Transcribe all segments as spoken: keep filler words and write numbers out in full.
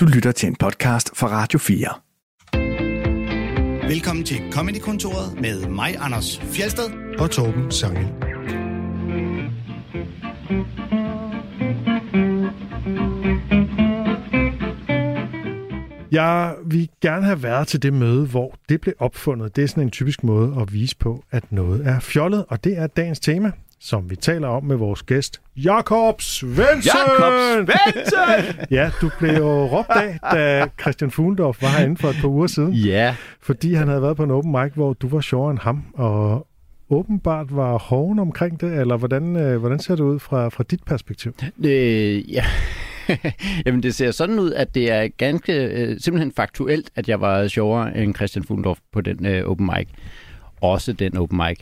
Du lytter til en podcast fra Radio fire. Velkommen til Comedy-kontoret med mig, Anders Fjeldsted og Torben Sangel. Jeg vil gerne have været til det møde, hvor det blev opfundet. Det er sådan en typisk måde at vise på, at noget er fjollet, og det er dagens tema, som vi taler om med vores gæst, Jakob Svensson! Jakob Svensson! Ja, du blev jo råbt af, da Christian Fuglendorf var herinde for et par uger siden. Ja. Fordi han havde været på en open mic, hvor du var sjovere end ham, og åbenbart var hoven omkring det, eller hvordan, øh, hvordan ser det ud fra, fra dit perspektiv? Øh, ja. Jamen, det ser sådan ud, at det er ganske øh, simpelthen faktuelt, at jeg var sjovere end Christian Fuglendorf på den øh, open mic. Også den open mic.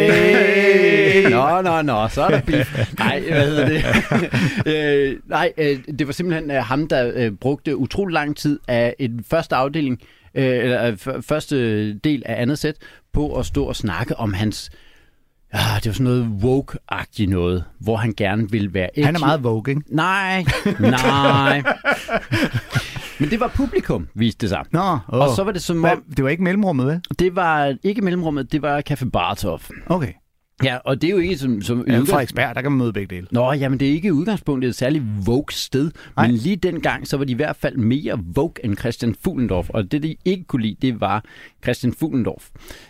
Hey! Nå, nå, nå, så er der beef. Nej, hvad hedder det? øh, nej, øh, det var simpelthen øh, ham, der øh, brugte utrolig lang tid af en første afdeling, øh, eller øh, f- første del af andet sæt, på at stå og snakke om hans... Ja, det var sådan noget woke-agtigt noget, hvor han gerne ville være... Han er meget woke, ikke? Nej, nej. Men det var publikum, viste det sig. Nå, oh. Og så var det som om... Det var ikke mellemrummet, vel? Det var ikke mellemrummet, det var Café Bartov. Okay. Ja, og det er jo ikke som... som ja, fra ekspert, der kan man møde begge dele. Nå, jamen det er ikke udgangspunktet et særligt woke sted. Nej. Men lige dengang, så var de i hvert fald mere woke end Christian Fuglendorf. Og det, de ikke kunne lide, det var Christian Fuglendorf.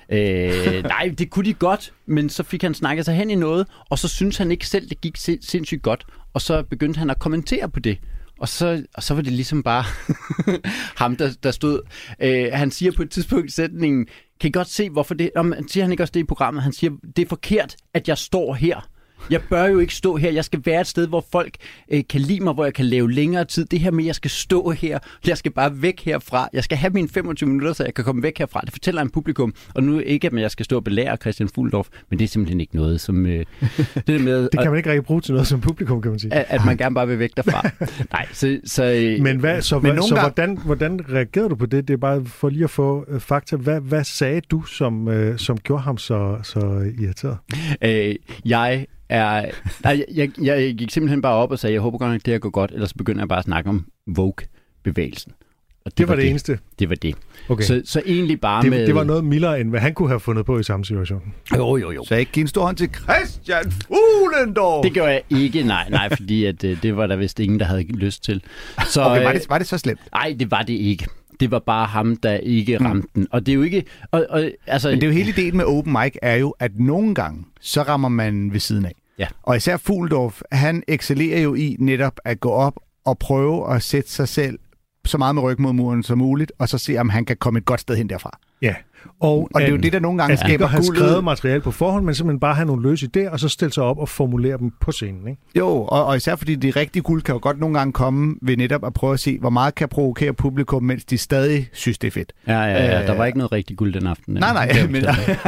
Øh, nej, det kunne de godt, men så fik han snakket sig hen i noget, og så syntes han ikke selv, det gik sindssygt godt. Og så begyndte han at kommentere på det. Og så, og så var det ligesom bare ham, der, der stod... Øh, han siger på et tidspunkt i sætningen, kan I godt se, hvorfor det... Om, siger han ikke også det i programmet? Han siger, det er forkert, at jeg står her. Jeg bør jo ikke stå her. Jeg skal være et sted, hvor folk øh, kan lide mig, hvor jeg kan lave længere tid. Det her med, at jeg skal stå her. Jeg skal bare væk herfra. Jeg skal have mine femogtyve minutter, så jeg kan komme væk herfra. Det fortæller en publikum. Og nu ikke, at jeg skal stå og belære Christian Fuglendorf, men det er simpelthen ikke noget, som... Øh, det, med, det kan man ikke rigtig bruge til noget som publikum, kan man sige. At, at man gerne bare vil væk derfra. Nej, så... så øh, men hvad, så, men hvad, så gang... hvordan, hvordan reagerede du på det? Det er bare for lige at få uh, fakta. Hvad, hvad sagde du, som, uh, som gjorde ham så, så irriteret? Øh, jeg... Er, nej, jeg, jeg gik simpelthen bare op og sagde, jeg håber godt nok, det her går godt, ellers begynder jeg bare at snakke om woke-bevægelsen. Og det, det var var det det eneste? Det var det. Okay. Så, så egentlig bare det, med... Det var noget mildere, end hvad han kunne have fundet på i samme situation? Jo, jo, jo. Så ikke give en stor hånd til Christian Fuglendorf? Det gjorde jeg ikke, nej, nej, fordi at, det var der vist ingen, der havde lyst til. Så, okay, var det, var det så slemt? Nej, det var det ikke. Det var bare ham, der ikke ramte mm. den. Og det er jo ikke... Og, og, altså, Men det er jo hele ideen med open mic, er jo, at nogle gange, så rammer man ved siden af. Ja. Og især Fuglendorf, han excellerer jo i netop at gå op og prøve at sætte sig selv så meget med ryg mod muren som muligt, og så se, om han kan komme et godt sted hen derfra. Ja. Og, og det er jo det, der nogle gange skaber han guldet. skrevet materiale på forhånd, men simpelthen bare have nogle løse idéer, og så stille sig op og formulere dem på scenen, ikke? Jo, og, og især fordi det rigtige guld kan jo godt nogle gange komme ved netop at prøve at se, hvor meget kan provokere publikum, mens de stadig synes, det er fedt. Ja, ja, ja. Der var ikke noget rigtig guld den aften. Nej, nej. Men,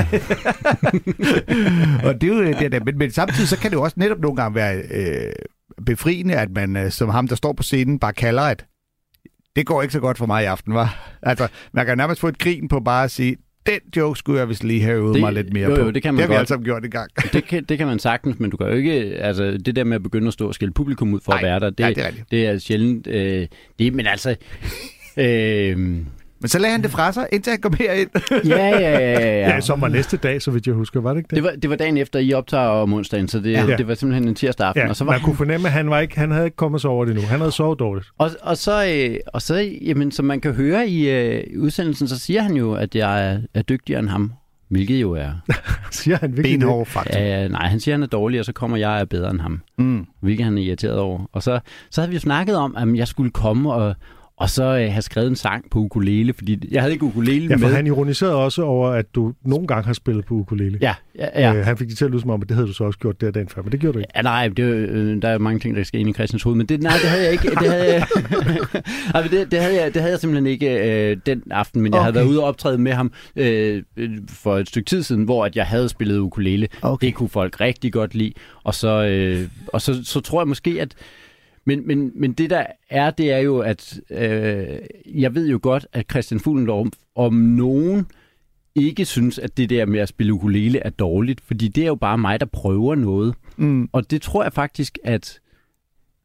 og det er jo det der. Men, men samtidig så kan det jo også netop nogle gange være øh, befriende, at man som ham, der står på scenen, bare kalder et det går ikke så godt for mig i aften, var. Altså, man kan nærmest få et grin på bare at sige, den joke skulle jeg vist lige have øvet det, mig lidt mere jo, på. Jo, det kan man det har godt. vi altså gjort en gang. det, kan, det kan man sagtens, men du kan jo ikke... Altså, det der med at begynde at stå og skælde publikum ud for nej, at være der, det, nej, det, er, det er sjældent... Øh, det, men altså... Øh, Men så lagde han det fra sig, indtil han kom herind. ja, ja, ja, ja. Ja, som var næste dag, så vidt jeg husker, var det ikke det? Det var, det var dagen efter, I optager om onsdagen, så det, ja. det var simpelthen en tirsdag aften. Ja, og så var man han... kunne fornemme, at han, var ikke, han havde ikke kommet sig over det nu. Han havde sovet dårligt. Og, og så, øh, og så jamen, som man kan høre i øh, udsendelsen, så siger han jo, at jeg er, er dygtigere end ham. Hvilket jo er... siger han virkelig benhård faktum. Ja, nej, han siger, at han er dårlig, og så kommer jeg og er bedre end ham. Mm. Hvilket han er irriteret over. Og så, så havde vi jo snakket om, at jeg skulle komme og... Og så øh, have skrevet en sang på ukulele, fordi jeg havde ikke ukulele med. Ja, for med. han ironiserede også over, at du nogle gange har spillet på ukulele. Ja, ja, ja. Øh, han fik det til at lyde som om, at det havde du så også gjort der dagen før, men det gjorde du ikke. Ja, nej, det, øh, der er mange ting, der skal ind i Christians hoved, men det, nej, det havde jeg ikke. Det havde jeg, altså, det, det havde jeg, det havde jeg simpelthen ikke øh, den aften, men jeg okay. havde været ude og optræde med ham øh, for et stykke tid siden, hvor at jeg havde spillet ukulele. Okay. Det kunne folk rigtig godt lide, og så, øh, og så, så tror jeg måske, at Men, men, men det der er, det er jo, at øh, jeg ved jo godt, at Christian Fuglendorf om nogen ikke synes, at det der med at spille ukulele er dårligt, fordi det er jo bare mig, der prøver noget. Mm. Og det tror jeg faktisk, at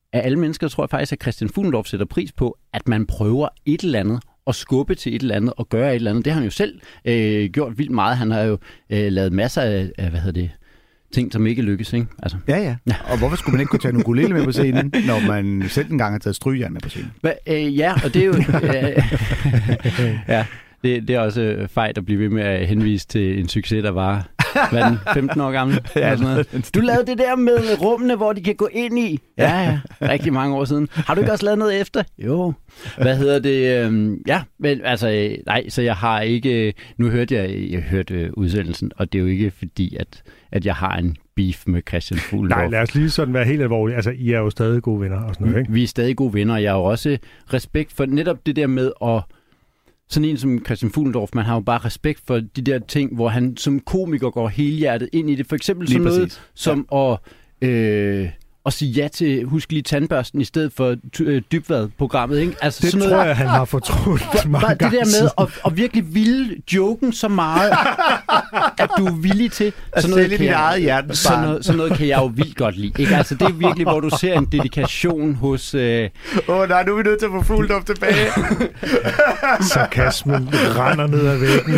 af alle mennesker tror jeg faktisk, at Christian Fuhlendorff sætter pris på, at man prøver et eller andet og skubbe til et eller andet og gøre et eller andet. Det har han jo selv øh, gjort vildt meget. Han har jo øh, lavet masser af, af, hvad hedder det, ting, som ikke lykkes, ikke? Altså. Ja, ja, ja. Og hvorfor skulle man ikke kunne tage en ukulele med på scenen, når man selv engang har taget strygejern med på scenen? Hva, øh, ja, og det er jo... Øh, ja, det, det er også øh, fejt at blive ved med at henvise til en succes, der var hvad den, femten år gammel. Ja, sådan noget. Du lavede det der med rummene, hvor de kan gå ind i. Ja, ja, rigtig mange år siden. Har du ikke også lavet noget efter? Jo. Hvad hedder det? Øhm, ja, men altså, nej, så jeg har ikke... Nu hørte jeg, jeg hørte øh, udsendelsen, og det er jo ikke fordi, at, at jeg har en beef med Christian Fuhlendorff. Nej, lad os lige sådan være helt alvorlige. Altså, I er jo stadig gode venner og sådan noget, ikke? Vi er stadig gode venner, og jeg har jo også respekt for netop det der med at... Sådan en som Christian Fuhlendorff, man har jo bare respekt for de der ting, hvor han som komiker går helhjertet ind i det. For eksempel sådan noget som ja. at, øh, at sige ja til Husk lige tandbørsten i stedet for øh, Dybvad-programmet. Ikke? Altså, det sådan tror noget, jeg, han har fortrudt mange gange. Det der med at, at virkelig ville joken så meget, at du er villig til. At sådan noget sælge dit eget hjertens sådan noget, sådan noget kan jeg jo vildt godt lide. Ikke? Altså, det er virkelig, hvor du ser en dedikation hos... Åh øh... oh, nej, nu er vi nødt til at få Fuhlendorff tilbage. Sarkasmen render ned ad væggen.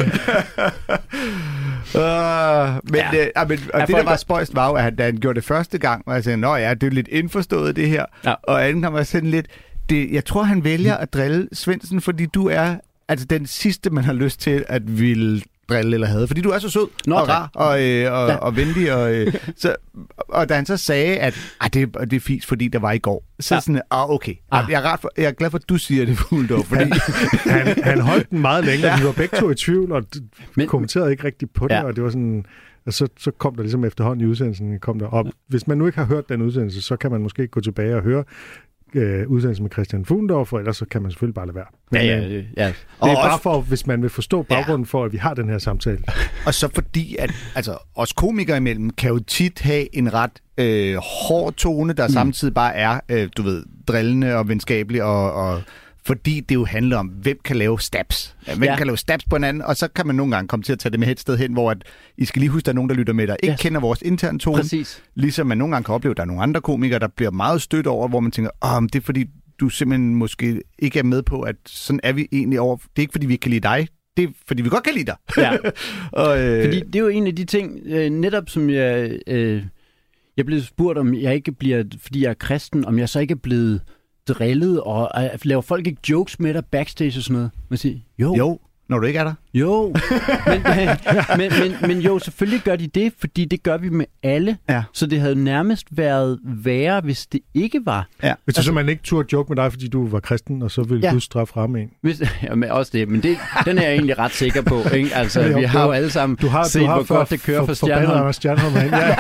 Uh, men, ja. øh, men, og ja, det, der var spøjst, var jo, at da han gjorde det første gang, og jeg sagde, nå ja, det er lidt indforstået, det her. Ja. Og anden gang var sådan lidt... Det, jeg tror, han vælger at drille Svendsen, fordi du er altså den sidste, man har lyst til at ville drille eller have. Fordi du er så sød Nå, og rar og, øh, og, ja. og venlig. Og, øh, så, og da han så sagde, at det, det er fint, fordi der var i går, så ja. sådan, ah, okay. Ah. Jeg, er ret for, jeg er glad for, at du siger det, Fuhlendorff. Fordi... han, han holdt den meget længe, og vi var begge to i tvivl, og Men, kommenterede ikke rigtig på det, ja. og det var sådan... Og så, så kom der ligesom efterhånden i udsendelsen, kom der op. Hvis man nu ikke har hørt den udsendelse, så kan man måske gå tilbage og høre øh, udsendelsen med Christian Fuhlendorff, og ellers så kan man selvfølgelig bare lade være. Men, ja, ja, ja. Det er og bare også, for, hvis man vil forstå baggrunden ja. for, at vi har den her samtale. Og så fordi, at altså, os komikere imellem kan jo tit have en ret øh, hård tone, der mm. samtidig bare er, øh, du ved, drillende og venskabelig og... og fordi det jo handler om, hvem kan lave stabs. Hvem ja. kan lave stabs på hinanden, og så kan man nogle gange komme til at tage det med et sted hen, hvor at, I skal lige huske, at der er nogen, der lytter med, der ikke yes. kender vores interne tone. Præcis. Ligesom man nogle gange kan opleve, at der er nogle andre komikere, der bliver meget stødt over, hvor man tænker, åh, det er fordi, du simpelthen måske ikke er med på, at sådan er vi egentlig over. Det er ikke fordi, vi ikke kan lide dig. Det er fordi, vi godt kan lide dig. Ja. og, øh... Fordi det er jo en af de ting, øh, netop som jeg... Øh, jeg blev spurgt, om jeg ikke bliver, fordi jeg er kristen, om jeg så ikke er blevet drillet, og uh, laver folk ikke jokes med dig backstage og sådan noget? Man siger, jo. Jo, når du ikke er der. Jo, men, men, men, men jo, selvfølgelig gør de det, fordi det gør vi med alle. Ja. Så det havde nærmest været værre, hvis det ikke var. Ja. Hvis du altså, simpelthen ikke turde joke med dig, fordi du var kristen, og så ville ja. Gud straffe ramme en. Hvis, ja, men også det. Men det, den er jeg egentlig ret sikker på. Ikke? Altså, jo, vi har jo alle sammen du har, set, du har hvor for, godt det kører for, for Stjernholm. Anders Stjernholm. Ja.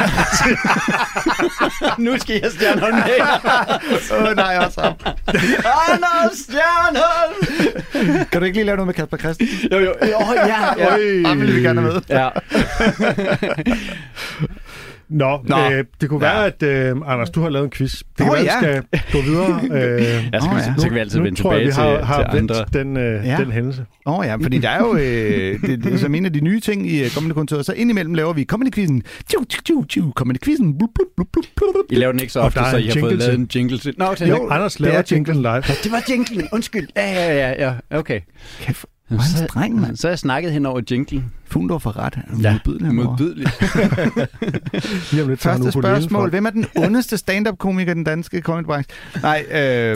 Nu skal jeg Stjernholm med. Åh, oh, nej, også ham. Anders Stjernholm! Kan du ikke lige lave noget med Kasper Christen? Jo, jo. jo ja, ja. Ham vil vi gerne have med. Ja. Nå, Nå. Øh, det kunne ja. være, at øh, Anders, du har lavet en quiz. Det kan oh, være, ja. at vi skal gå videre. Øh, ja, skal oh, vi, ja. Så kan vi altid nu, vende nu tilbage tror jeg, vi har, til, har til andre. Den, øh, ja. den hændelse. Åh oh, ja, fordi der er jo øh, det, det, som en af de nye ting i uh, Comedy-kontoret, så indimellem laver vi Comedy-quizzen. Comedy-quizzen. I laver den ikke så ofte, så I har fået lavet en jingle til. Nå, okay. Jo, Anders laver jinglen live. Det var jinglen, undskyld. Ja, ja, ja, ja. okay. Kæft. Så, streng, man. Så har jeg snakket hen over jinglen. Fuhlendorff for ret. Ja, modbydelig. Første spørgsmål. Hvem er den ondeste stand-up-komiker i den danske comedy-branche? Nej, øh...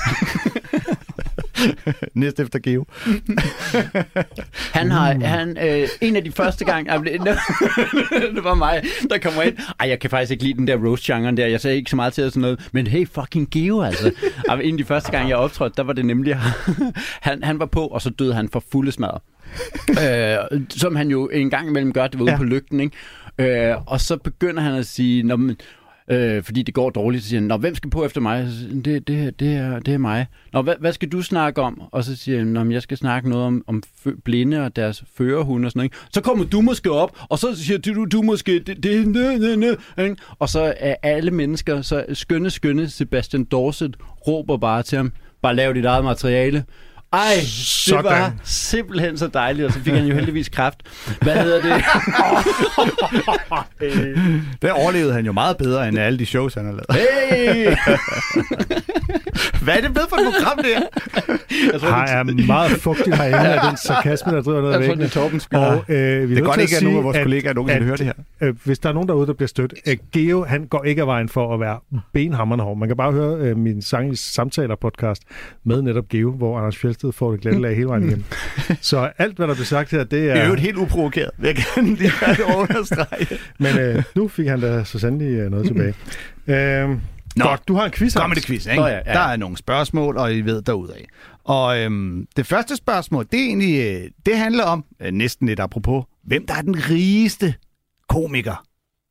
næst efter Geo. han har, han, øh, en af de første gange, det var mig, der kommer ind. Ej, jeg kan faktisk ikke lide den der roast-genren der. Jeg sagde ikke så meget til sådan noget. Men hey, fucking Geo, altså. Og en af de første gange, jeg optrådte, der var det nemlig, han, han var på, og så døde han for fulde smadre. øh, som han jo en gang imellem gør, det var ude ja. på lygten, ikke? Øh, og så begynder han at sige, når man, øh, fordi det går dårligt, så siger han, nå, hvem skal på efter mig? Det, det, det, er, det er mig. Nå, hvad, hvad skal du snakke om? Og så siger han, nå, jeg skal snakke noget om, om blinde og deres førerhunde og sådan noget. Ikke? Så kommer du måske op, og så siger du, du måske, det, det, nø, nø, nø, ikke? Og så er alle mennesker, så skønne, skønne Sebastian Dorset råber bare til ham, bare lav dit eget materiale. Ej, det Sådan. var simpelthen så dejligt, og så fik han jo heldigvis kræft. Hvad hedder det? Det overlevede han jo meget bedre end alle de shows, han har lavet. Hey! Hvad er det blevet for et program, det er? Jeg tror, Har er meget fugtigt herinde af den sarkasme, der driver noget af jeg tror, det væggen. er Torbens Og, øh, vi er Det er nødt godt til ikke, at at nogen af sige, vores kollegaer nogensinde hører det her. Øh, hvis der er nogen derude, der bliver stødt. Øh, Geo, han går ikke af vejen for at være benhammerende hård. Man kan bare høre øh, min sang samtaler-podcast med netop Geo, hvor Anders Fjeldsted får det glatte lag hele vejen igennem. Så alt, hvad der bliver sagt her, det er... Det er jo et helt uprovokeret. Jeg kan lige have det understrege. Men øh, nu fik han da så sandelig øh, noget tilbage. Øh, Nå, godt, du har en quiz. Kom med det quiz, ikke? Nå, ja, ja. Der er nogle spørgsmål, og I ved derudad. Og øhm, det første spørgsmål, det er egentlig, øh, det handler om, øh, næsten lidt apropos, hvem der er den rigeste komiker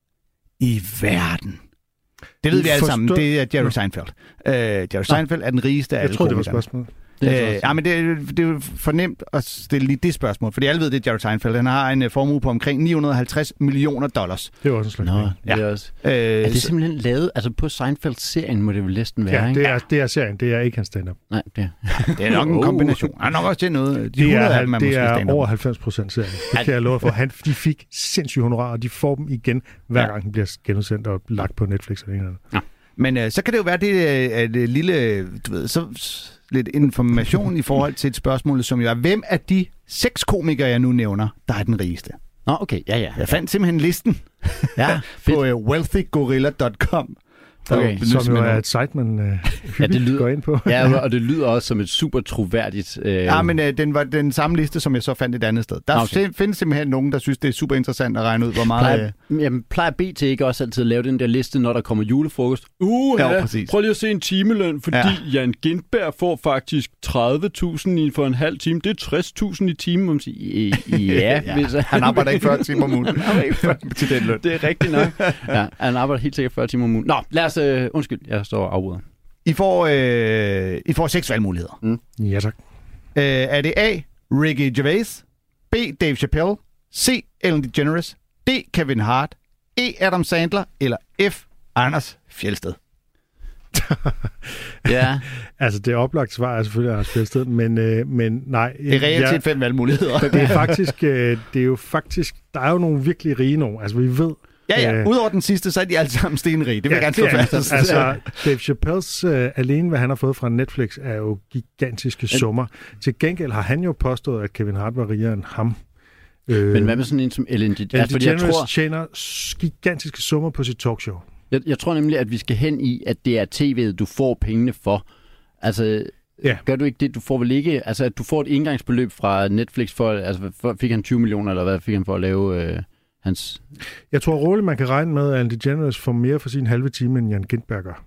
i verden. Det ved vi alle Forstå- sammen, det er Jerry Seinfeld. Øh, Jerry Seinfeld er den rigeste af Jeg alle tror, det var komikerne. spørgsmålet. Øh, ja, men det, er- det er jo for nemt at stille lige det spørgsmål, fordi alle ved, det er Jerry Seinfeld. Han har en uh, formue på omkring ni hundrede og halvtreds millioner dollars. Det var også en slags Nå, penge. det er også... Øh, Er det så- simpelthen lavet... Altså på Seinfeld-serien må det vel næsten være, Ja, ikke? det er, det er serien. Det er ikke hans stand-up. Nej, det det er nok en Oh. kombination. Han er nok også til noget. De Det hundrede er, af dem er det måske er stand-up. over halvfems procent serien. Det kan jeg love for. Han, de fik sindssygt honorar, og de får dem igen, hver Ja. gang den bliver genudsendt og lagt på Netflix eller en eller anden. Men øh, så kan det jo være, det er et lille, du ved, så s- lidt information i forhold til et spørgsmål, som jo er, hvem af de seks komikere, jeg nu nævner, der er den rigeste? Nå, okay, ja, ja. Jeg fandt simpelthen listen Ja, på fedt. uh, wealthy gorilla punktum com. Der Okay. jo benyttes Som jo med er noget. et site, man øh, Ja, hyppigt det lyder- går ind på. Ja, og det lyder også som et super troværdigt... Øh... Ja, men øh, den var den samme liste, som jeg så fandt et andet sted. Der Okay. okay. findes simpelthen nogen, der synes, det er super interessant at regne ud, hvor meget... Øh, Plejer, jamen, plejer B T ikke også altid at lave den der liste, når der kommer julefrokost? Uh, Ja, ja, præcis. prøv lige at se en timeløn, fordi Ja. ja. Jan Gintberg får faktisk tredive tusind i- for en halv time. Det er tres tusind i timen. Man siger, ja, ja. Hvis, han arbejder ikke fyrre timer om ugen til den løn. Det er rigtigt nok. Ja, han arbejder helt sikkert fyrre timer om ugen. Nå, lad os... Øh, undskyld, jeg står og afbryder. I får, øh, I får seks valgmuligheder. Ja, tak. Øh, er det A. Ricky Gervais, B. Dave Chappelle, C. Ellen DeGeneres, D. Kevin Hart, E. Adam Sandler, eller F. Anders Fjeldsted? Ja, Altså, det oplagte svar er selvfølgelig Anders Fjeldsted, men, øh, men nej. Det er reelt set fem valgmuligheder. det er faktisk, øh, det er jo faktisk, der er jo nogle virkelig rige nogen. Altså, vi ved, Ja, ja. Øh, Udover den sidste, så er de alle sammen stenrige. Det vil jeg gerne slå det er- fast. Altså, Dave Chappelles øh, alene, hvad han har fået fra Netflix, er jo gigantiske summer. Til gengæld har han jo påstået, at Kevin Hart var rigere end ham. Øh, men hvad med sådan en som Ellen DeGeneres? Ellen Altså, fordi jeg DeGeneres tror, tjener s- gigantiske summer på sit talkshow. jeg, jeg tror nemlig, at vi skal hen i, at det er tv'et, du får pengene for. Altså, Ja. gør du ikke det? Du får vel ikke... Altså, at du får et indgangsbeløb fra Netflix for... Altså, for, fik han tyve millioner, eller hvad fik han for at lave øh, hans... Jeg tror roligt, man kan regne med, at Ellen DeGeneres får mere for sin halve time, end Jan Gintberg gør.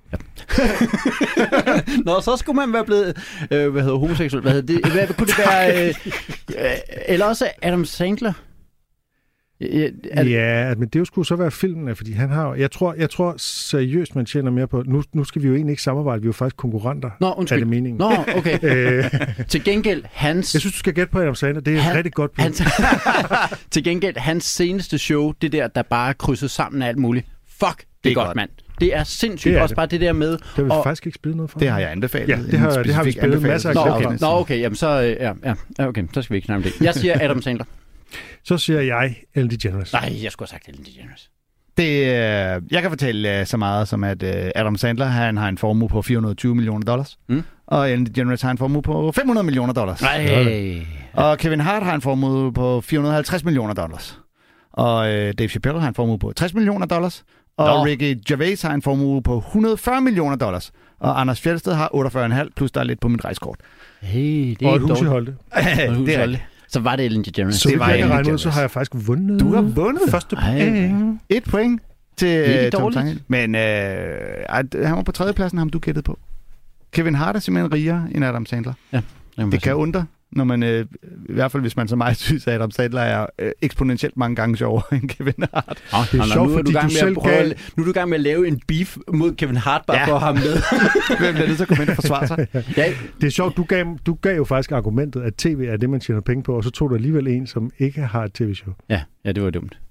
Nå, så skulle man være blevet... Øh, hvad hedder homoseksuel? Hvad hedder det? Hvad, hvad kunne det være? Øh, øh, eller også Adam Sandler? Øh, er, Ja, men det skulle så være filmen, fordi han har... Jeg tror, jeg tror seriøst, man tjener mere på... Nu, nu skal vi jo egentlig ikke samarbejde, vi er jo faktisk konkurrenter. Nå, Er det undskyld. meningen? Nå, okay. Øh, Til gengæld, hans... jeg synes, du skal gætte på Adam Sandler. Det er et Han- rigtig godt bud. Hans, til gengæld, hans seneste show, det der, der bare er krydset sammen af alt muligt. Fuck, det, det er godt, godt. mand. Det er sindssygt. Det er også det. bare det der med... Det har vi og- faktisk ikke spillet noget for. Det har jeg anbefalet. Ja, det har- En det har vi specifik spillet masser af Nå, klip okay. fra. Nå, okay. Jamen, så, øh, ja, ja, ja, okay. Så skal vi ikke snakke om det. Jeg siger Adam Sandler. Så siger jeg Ellen DeGeneres. Nej, jeg skulle have sagt Ellen DeGeneres. Det, øh, jeg kan fortælle øh, så meget som, at øh, Adam Sandler han har en formue på fire hundrede og tyve millioner dollars. Mm. Og Ellen DeGeneres har en formue på fem hundrede millioner dollars. Nej. Og Kevin Hart har en formue på fire hundrede og halvtreds millioner dollars. Og øh, Dave Chappelle har en formue på tres millioner dollars. Og Nå. Ricky Gervais har en formue på et hundrede og fyrre millioner dollars. Og Anders Fjeldsted har otteogfyrre komma fem, plus der er lidt på mit rejsekort. Hey, det er Og et ikke hus i dårligt. Holte. Og et hus det i er Holte. rigtigt. Så var det Ellen DeGeneres. Så Det det var var jeg Ellen kan regne ud, DeGeneres. så har jeg faktisk vundet. Du har vundet. Første Ej. point. Et point til Ikke øh, Tom dårligt. Tangel. Men øh, ej, han var på tredjepladsen, ham du gættede på. Kevin Hart er simpelthen rigere end Adam Sandler. Jamen, Det kan undre, når man, øh, i hvert fald hvis man som mig synes, at Adam Sandler er øh, eksponentielt mange gange sjovere end Kevin Hart. Oh, Det er sjovt, nu, er du fordi gang du med selv at prøve, gav- at- nu er du i gang med at lave en beef mod Kevin Hart, bare Ja. for at have ham med. Hvem bliver nødt til at komme ind og forsvare sig? Ja, Det er sjovt, du gav, du gav jo faktisk argumentet, at tv er det, man tjener penge på, og så tog du alligevel en, som ikke har et tv-show. ja, ja, det var dumt.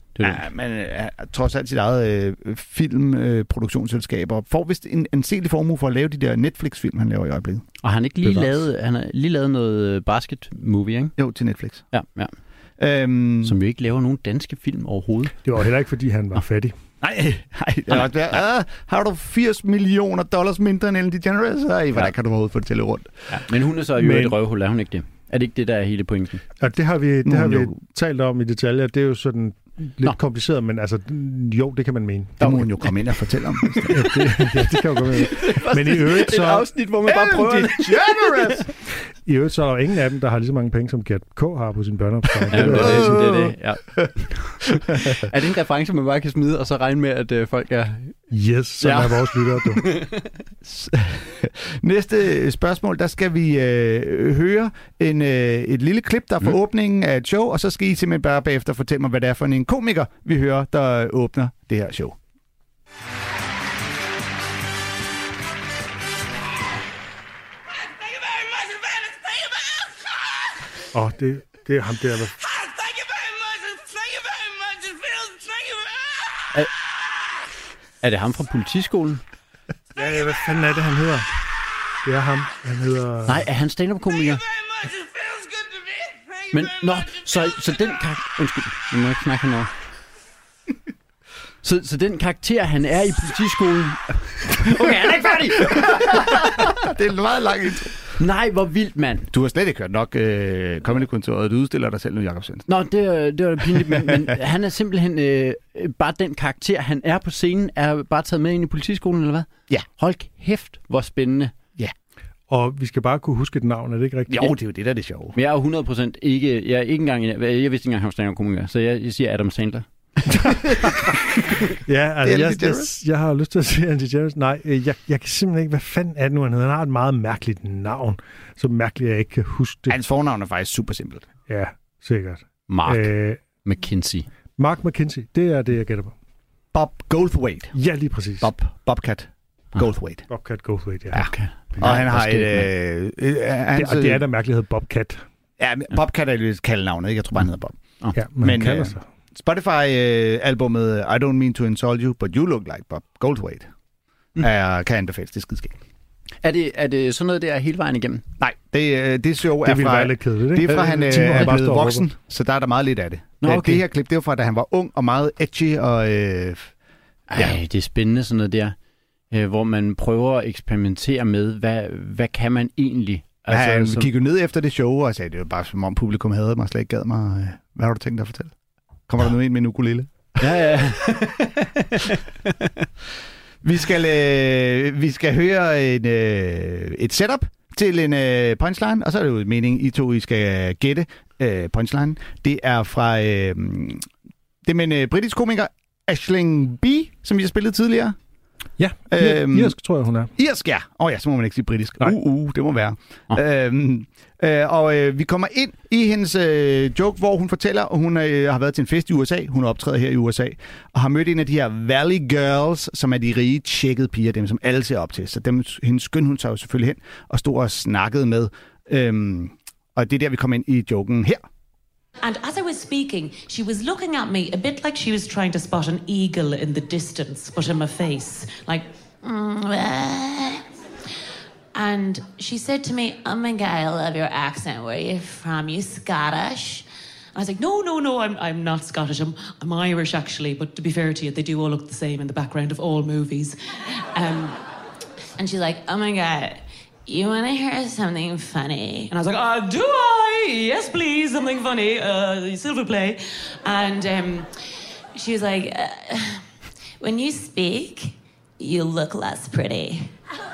Det er Ja, men er trods alt sit eget øh, filmproduktionsselskab, og får vist en anselig formue for at lave de der Netflix-film, han laver i øjeblikket. Og han har ikke lige Bevares. lavet, han har lige lavet noget basket-movie, ikke? Jo, til Netflix. Ja, ja. Øhm, Som jo ikke laver nogen danske film overhovedet. Det var heller ikke, fordi han var fattig. Nej, nej. Det er også, ah, har du firs millioner dollars mindre end Ellen DeGeneres? Ej, hvordan kan du overhovedet få det til at rundt? Ja. Men hun er så jo Men- et røvhul, er hun ikke det? Er det ikke det, der er hele pointen? Og det har vi, Nu det har er vi hun jo- talt om i detaljer. Det er jo sådan lidt Nå. kompliceret, men altså, jo, det kan man mene. Det må hun jo komme ind og fortælle om. Ja, det, ja, det kan jo gå med. Men i øvrigt, så, afsnit, hvor man Ellen DeGeneres! i øvrigt, så er der jo ingen af dem, der har lige så mange penge, som Gert K. har på sin børneopsparing. Ja, det er det, sådan, det, er det. Ja. Er det en reference, man bare kan smide, og så regne med, at øh, folk er... Yes, som Ja. er vores lyttere, du. Næste spørgsmål, der skal vi øh, høre en, øh, et lille klip, der er fra mm. åbningen af et show, og så skal I simpelthen bare bagefter fortælle mig, hvad det er for en komiker, vi hører, der åbner det her show. Thank you very much, Advantage. Thank you very much. Åh, det, det er ham der. Hvad Thank you very much. Thank you very much. It feels. Thank you very much. Er det ham fra politiskolen? Ja, ja, hvad fanden er det, han hedder? Det er ham. Han hedder... Nej, er han stand-up-komiker? Very much. It feels good to me. Thank you Men, very nå, much. så, så den karakter... Undskyld, jeg må ikke snakke henover. Så, så den karakter, han er i politiskolen... Okay, han er ikke færdig! Det er en meget lang intro. Nej, hvor vildt, mand. Du har slet ikke hørt nok øh, Comedy-kontoret. Du udstiller dig selv nu, Jakob Svendsen. Nå, det, er- det var pinligt, men, men han er simpelthen... Øh, bare den karakter, han er på scenen, er bare taget med ind i politiskolen, eller hvad? Ja. Hold kæft, hvor spændende. Og vi skal bare kunne huske et navn, er det ikke rigtigt? Jo, det er jo det, der er det sjove. Men jeg er jo hundrede procent ikke... Jeg, er ikke engang, jeg, jeg vidste ikke engang, han var stand-up-komiker, så jeg, jeg siger Adam Sandler. Ja, altså, Ellen jeg, jeg, DeGeneres? jeg har lyst til at sige Ellen DeGeneres. Nej, øh, jeg, jeg kan simpelthen ikke... Hvad fanden er det nu, han hedder? Han har et meget mærkeligt navn. Så mærkeligt, at jeg ikke kan huske det. Hans fornavn er faktisk super simpelt. Ja, sikkert. Mark øh, Øh, McKinsey. Mark McKinsey, det er det, jeg gætter på. Bob Goldthwait. Ja, lige præcis. Bob, Bobcat Goldthwait. Bobcat Goldthwait, ja. Ja. Okay. Og han har hvor skægt, et... mand. Øh, øh, hans, Det, og det er da mærkeligt, at hedder Bobcat. Ja, men Bobcat er jo et kaldenavn, ikke? Jeg tror bare, han hedder Bob. Ja, men, Men, han kalder øh, sig. Spotify-albumet I Don't Mean to Insult You, But You Look Like Bob Goldthwait Mm. er, kan anbefales. Det er skidskægt. Er det, er det sådan noget der hele vejen igennem? Nej, det, øh, det show Det er ville fra... være lidt kedeligt, ikke? Det er fra, han øh, Timo, er bare blevet står og voksen, så der er der meget lidt af det. Nå, Øh, okay. Det her klip, det var fra, da han var ung og meget edgy, og... Øh, Ej, det er spændende sådan noget der, øh, hvor man prøver at eksperimentere med, hvad, hvad kan man egentlig? altså, han som- gik jo ned efter det show og sagde, det var bare som om publikum havde mig, slet ikke gad mig. Øh, Hvad har du tænkt dig at fortælle? Kommer der noget ind med en ukulele? Ja, ja. Vi skal, øh, vi skal høre en, øh, et setup til en øh, punchline, og så er det jo meningen, I to I skal gætte øh, punchline. Det er fra øh, det er med en øh, britisk komiker, Aisling B, som vi har spillet tidligere. Ja, Øhm, irsk tror jeg, hun er. Irsk, ja. Åh oh, ja, så må man ikke sige britisk. Nej. Uh, uh, det må være. Oh. Øhm, øh, og øh, vi kommer ind i hendes øh, joke, hvor hun fortæller, at hun øh, har været til en fest i U S A. Hun optræder her i U S A. Og har mødt en af de her Valley Girls, som er de rige, tjekkede piger, dem som alle ser op til. Så dem, hendes skøn, hun tager jo selvfølgelig hen og stod og snakkede med. Øhm, og det er der, vi kommer ind i joken her. And as I was speaking, she was looking at me a bit like she was trying to spot an eagle in the distance, but in my face. Like, mm, ah. And she said to me, oh my God, I love your accent. Where are you from? You Scottish? I was like, no, no, no, I'm, I'm not Scottish. I'm, I'm Irish, actually. But to be fair to you, they do all look the same in the background of all movies. Um, and she's like, oh my God, you want to hear something funny? And I was like, uh, do I? Yes, please, something funny. Uh, silver play. And um, she was like, uh, when you speak, you look less pretty.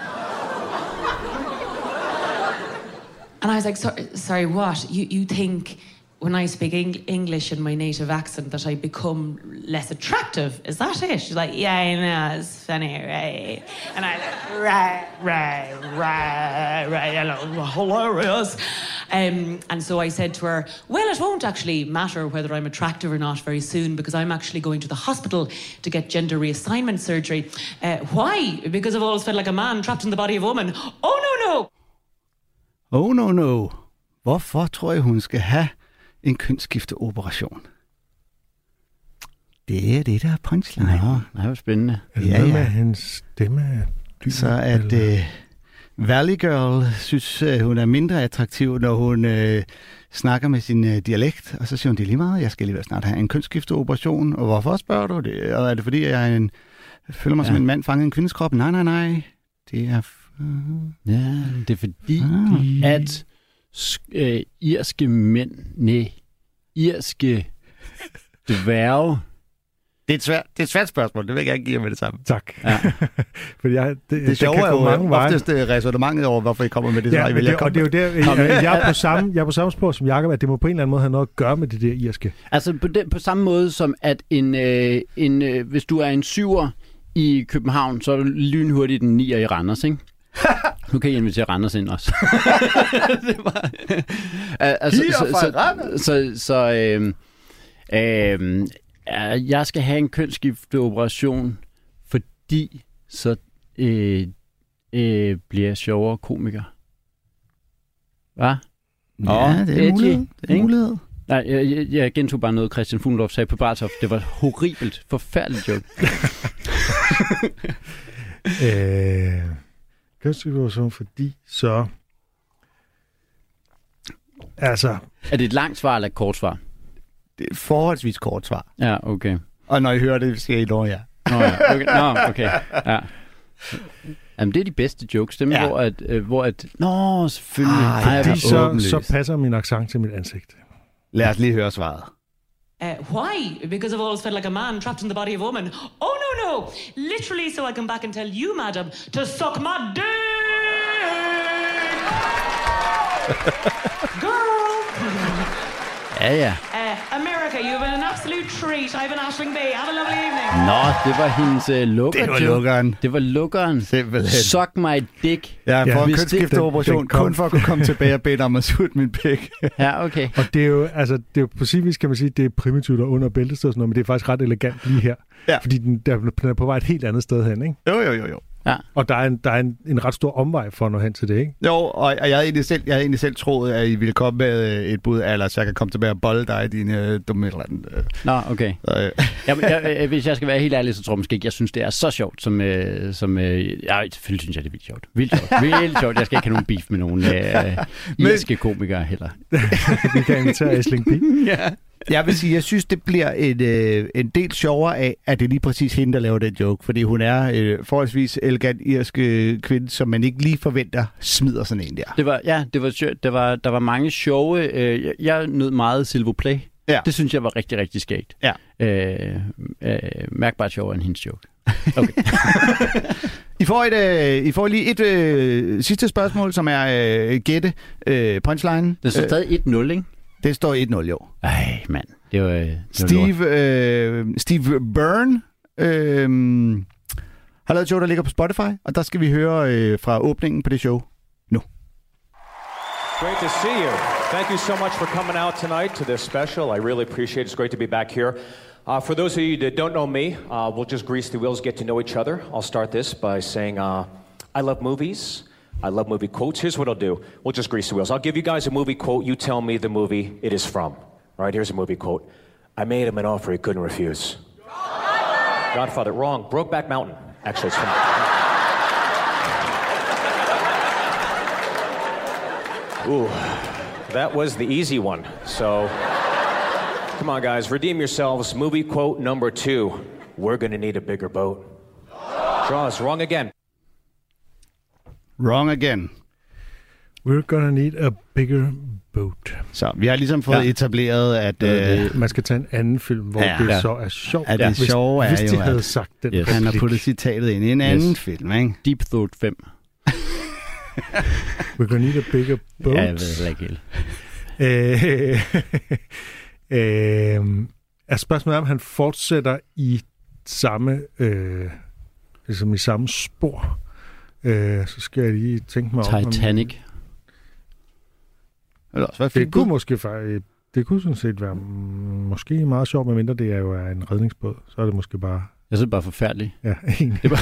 And I was like, sorry, sorry, what? You, you think when I speak Eng- English in my native accent that I become less attractive? Is that it? She's like, yeah, I know, it's funny, right? And I like, right, right, right, right, hello, hilarious. Um, and so I said to her, well, it won't actually matter whether I'm attractive or not very soon because I'm actually going to the hospital to get gender reassignment surgery. Uh, why? Because I've always felt like a man trapped in the body of a woman. Oh, no, no. Oh no no. Hvorfor tror jeg, hun skal have en kønsskifteoperation? Det er det, der er punchline. Nå, nej, hvor spændende. Er det Ja, noget ja. med, at hendes stemme er dyb? Så at eller- øh, Valley Girl synes, øh, hun er mindre attraktiv, når hun øh, snakker med sin øh, dialekt. Og så siger hun, det er lige meget, jeg skal alligevel snart have en kønsskifteoperation. Og hvorfor spørger du det? Og er det fordi, jeg er en, føler mig ja. som Ja. en mand fanget i en kvindes krop? Nej, nej, nej. Det er... F- Ja, det er fordi, Ah. at sk- øh, irske mænd, nej, irske dværge, Det er, et svært, det er et svært spørgsmål, det vil jeg gerne give jer med det samme. Tak. Ja. Fordi jeg, det, Det det sjove kan er gå jo mange veje. oftest øh, resonemanget over, hvorfor I kommer med det svar, Ja, I men vælger det, at og det er komme jo der, jeg, jeg, er på samme, jeg er på samme spor som Jacob, at det må på en eller anden måde have noget at gøre med det der irske. altså på, den, på samme måde som at en, øh, en øh, hvis du er en syver i København, så er du lynhurtigt en nier i Randers, ikke? Nu kan I invitere Randers ind også. Det var, altså, Hier så, fra så, Randers! så, så øh, øh, jeg skal have en kønsskifteoperation, fordi så øh, øh, bliver jeg sjovere komiker. Hvad? Ja, det er edgy, en mulighed. Det er en ikke? mulighed. Nej, jeg, jeg, jeg gentog bare noget, Christian Fuglendorf sagde på Bartov. Det var horribelt, forfærdeligt joke. Øh, kønssituation, fordi så... Altså, Er det et langt svar eller et kort svar? Det er et forholdsvis kort svar. Ja, okay. Og når I hører det, skal I nå ja. Nå, ja. Okay. Nå, okay. Ja. Jamen, det er de bedste jokes, dem, Ja. ja. hvor at... Øh, hvor at Nå, selvfølgelig. Ah, Ej, det hvor er fordi så, åbenlyst. så passer min accent til mit ansigt. Lad os lige høre svaret. Uh, why? Because I've always felt like a man trapped in the body of a woman. Oh, no, no. Literally so I come back and tell you, madam, to suck my dick! Girl! Ja, ja. Uh, America, you've been an absolute treat. I've been Ashling Bay. Have a lovely evening. Nå, det var hendes øh, lukker. Det var joke. lukkeren. Det var lukkeren. Simpelthen. Suck my dick. Jeg Ja, får en hvis det- kønsskifteoperation den- den kom- kun for at kunne komme tilbage og bede dig om at sutte min pik. Ja, okay. Og det er jo, altså, det er jo på sin vis, kan man sige, det er primitivt og under bæltested og sådan noget, men det er faktisk ret elegant lige her. Ja. Fordi den, der, den er på vej et helt andet sted hen, ikke? Jo, jo, jo, jo. Og der er, en, der er en, en ret stor omvej for at nå hen til det, ikke? Jo, og og jeg havde egentlig selv, jeg havde egentlig selv troet, at I ville komme med øh, et bud, eller så jeg kan komme tilbage og bolde dig i dine øh, dumme et eller andet. øh. Nå, okay. Så, øh. Jamen, jeg, jeg, hvis jeg skal være helt ærlig, så tror jeg måske ikke, jeg synes, det er så sjovt, som... Øh, som øh, ja, selvfølgelig synes jeg, det er vildt sjovt. Vildt sjovt. Vildt sjovt. Jeg skal ikke have nogen beef med nogen øh, irske komikere heller. Vi kan invitere Aisling P. Ja. Jeg vil sige, jeg synes, det bliver en, øh, en del sjovere af, at det er lige præcis hende, der laver den joke. Fordi hun er øh, forholdsvis elegant irsk øh, kvinde, som man ikke lige forventer smider sådan en der. Det var, ja, det var sjovt. Der var, der var mange sjove... Øh, jeg, jeg nød meget Silvo Play. Ja. Det synes jeg var rigtig, rigtig skægt. Ja. Øh, øh, mærkbart sjovere end hendes joke. Okay. I får, et, øh, I får lige et øh, sidste spørgsmål, som er øh, gætte øh, punchline. Det står Øh, stadig et nul, ikke? det står et nul, jo. Ej, mand. Det var, det var lort. Steve, øh, Steve Byrne øh, har lavet et show, der ligger på Spotify, og der skal vi høre øh, fra åbningen på det show. Great to see you. Thank you so much for coming out tonight to this special. I really appreciate it. It's great to be back here. Uh, for those of you that don't know me, uh, we'll just grease the wheels, get to know each other. I'll start this by saying uh, I love movies. I love movie quotes. Here's what I'll do. We'll just grease the wheels. I'll give you guys a movie quote. You tell me the movie it is from. All right, here's a movie quote. I made him an offer he couldn't refuse. Godfather. Wrong. Brokeback Mountain. Actually, it's from... Ooh, that was the easy one. So, come on, guys, redeem yourselves. Movie quote number two. We're gonna need a bigger boat. Draws. Wrong again. Wrong again. We're gonna need a bigger boat. Så vi har ligesom fået Ja. ja. etableret, at, øh, Man skal tage en anden film, hvor Ja. det Ja. så er sjovt. at det hvis, sjove er hvis de jo, havde at sagt den Yes. han har replik. puttet citatet ind i en anden Yes. film, ikke? Deep Throat fem. We're gonna need a bigger boat. Ja, jeg ved det ikke helt. Øh, øh, er spørgsmålet om, han fortsætter i samme, øh, ligesom i samme spor. Øh, så skal jeg lige tænke mig om. Titanic. Eller også, hvad Det fik kunne du? måske faktisk, det kunne sådan set være mm, måske meget sjovt, medmindre det er jo er en redningsbåd. Så er det måske bare, Jeg synes, det er bare forfærdeligt. ja, egentlig. Det var...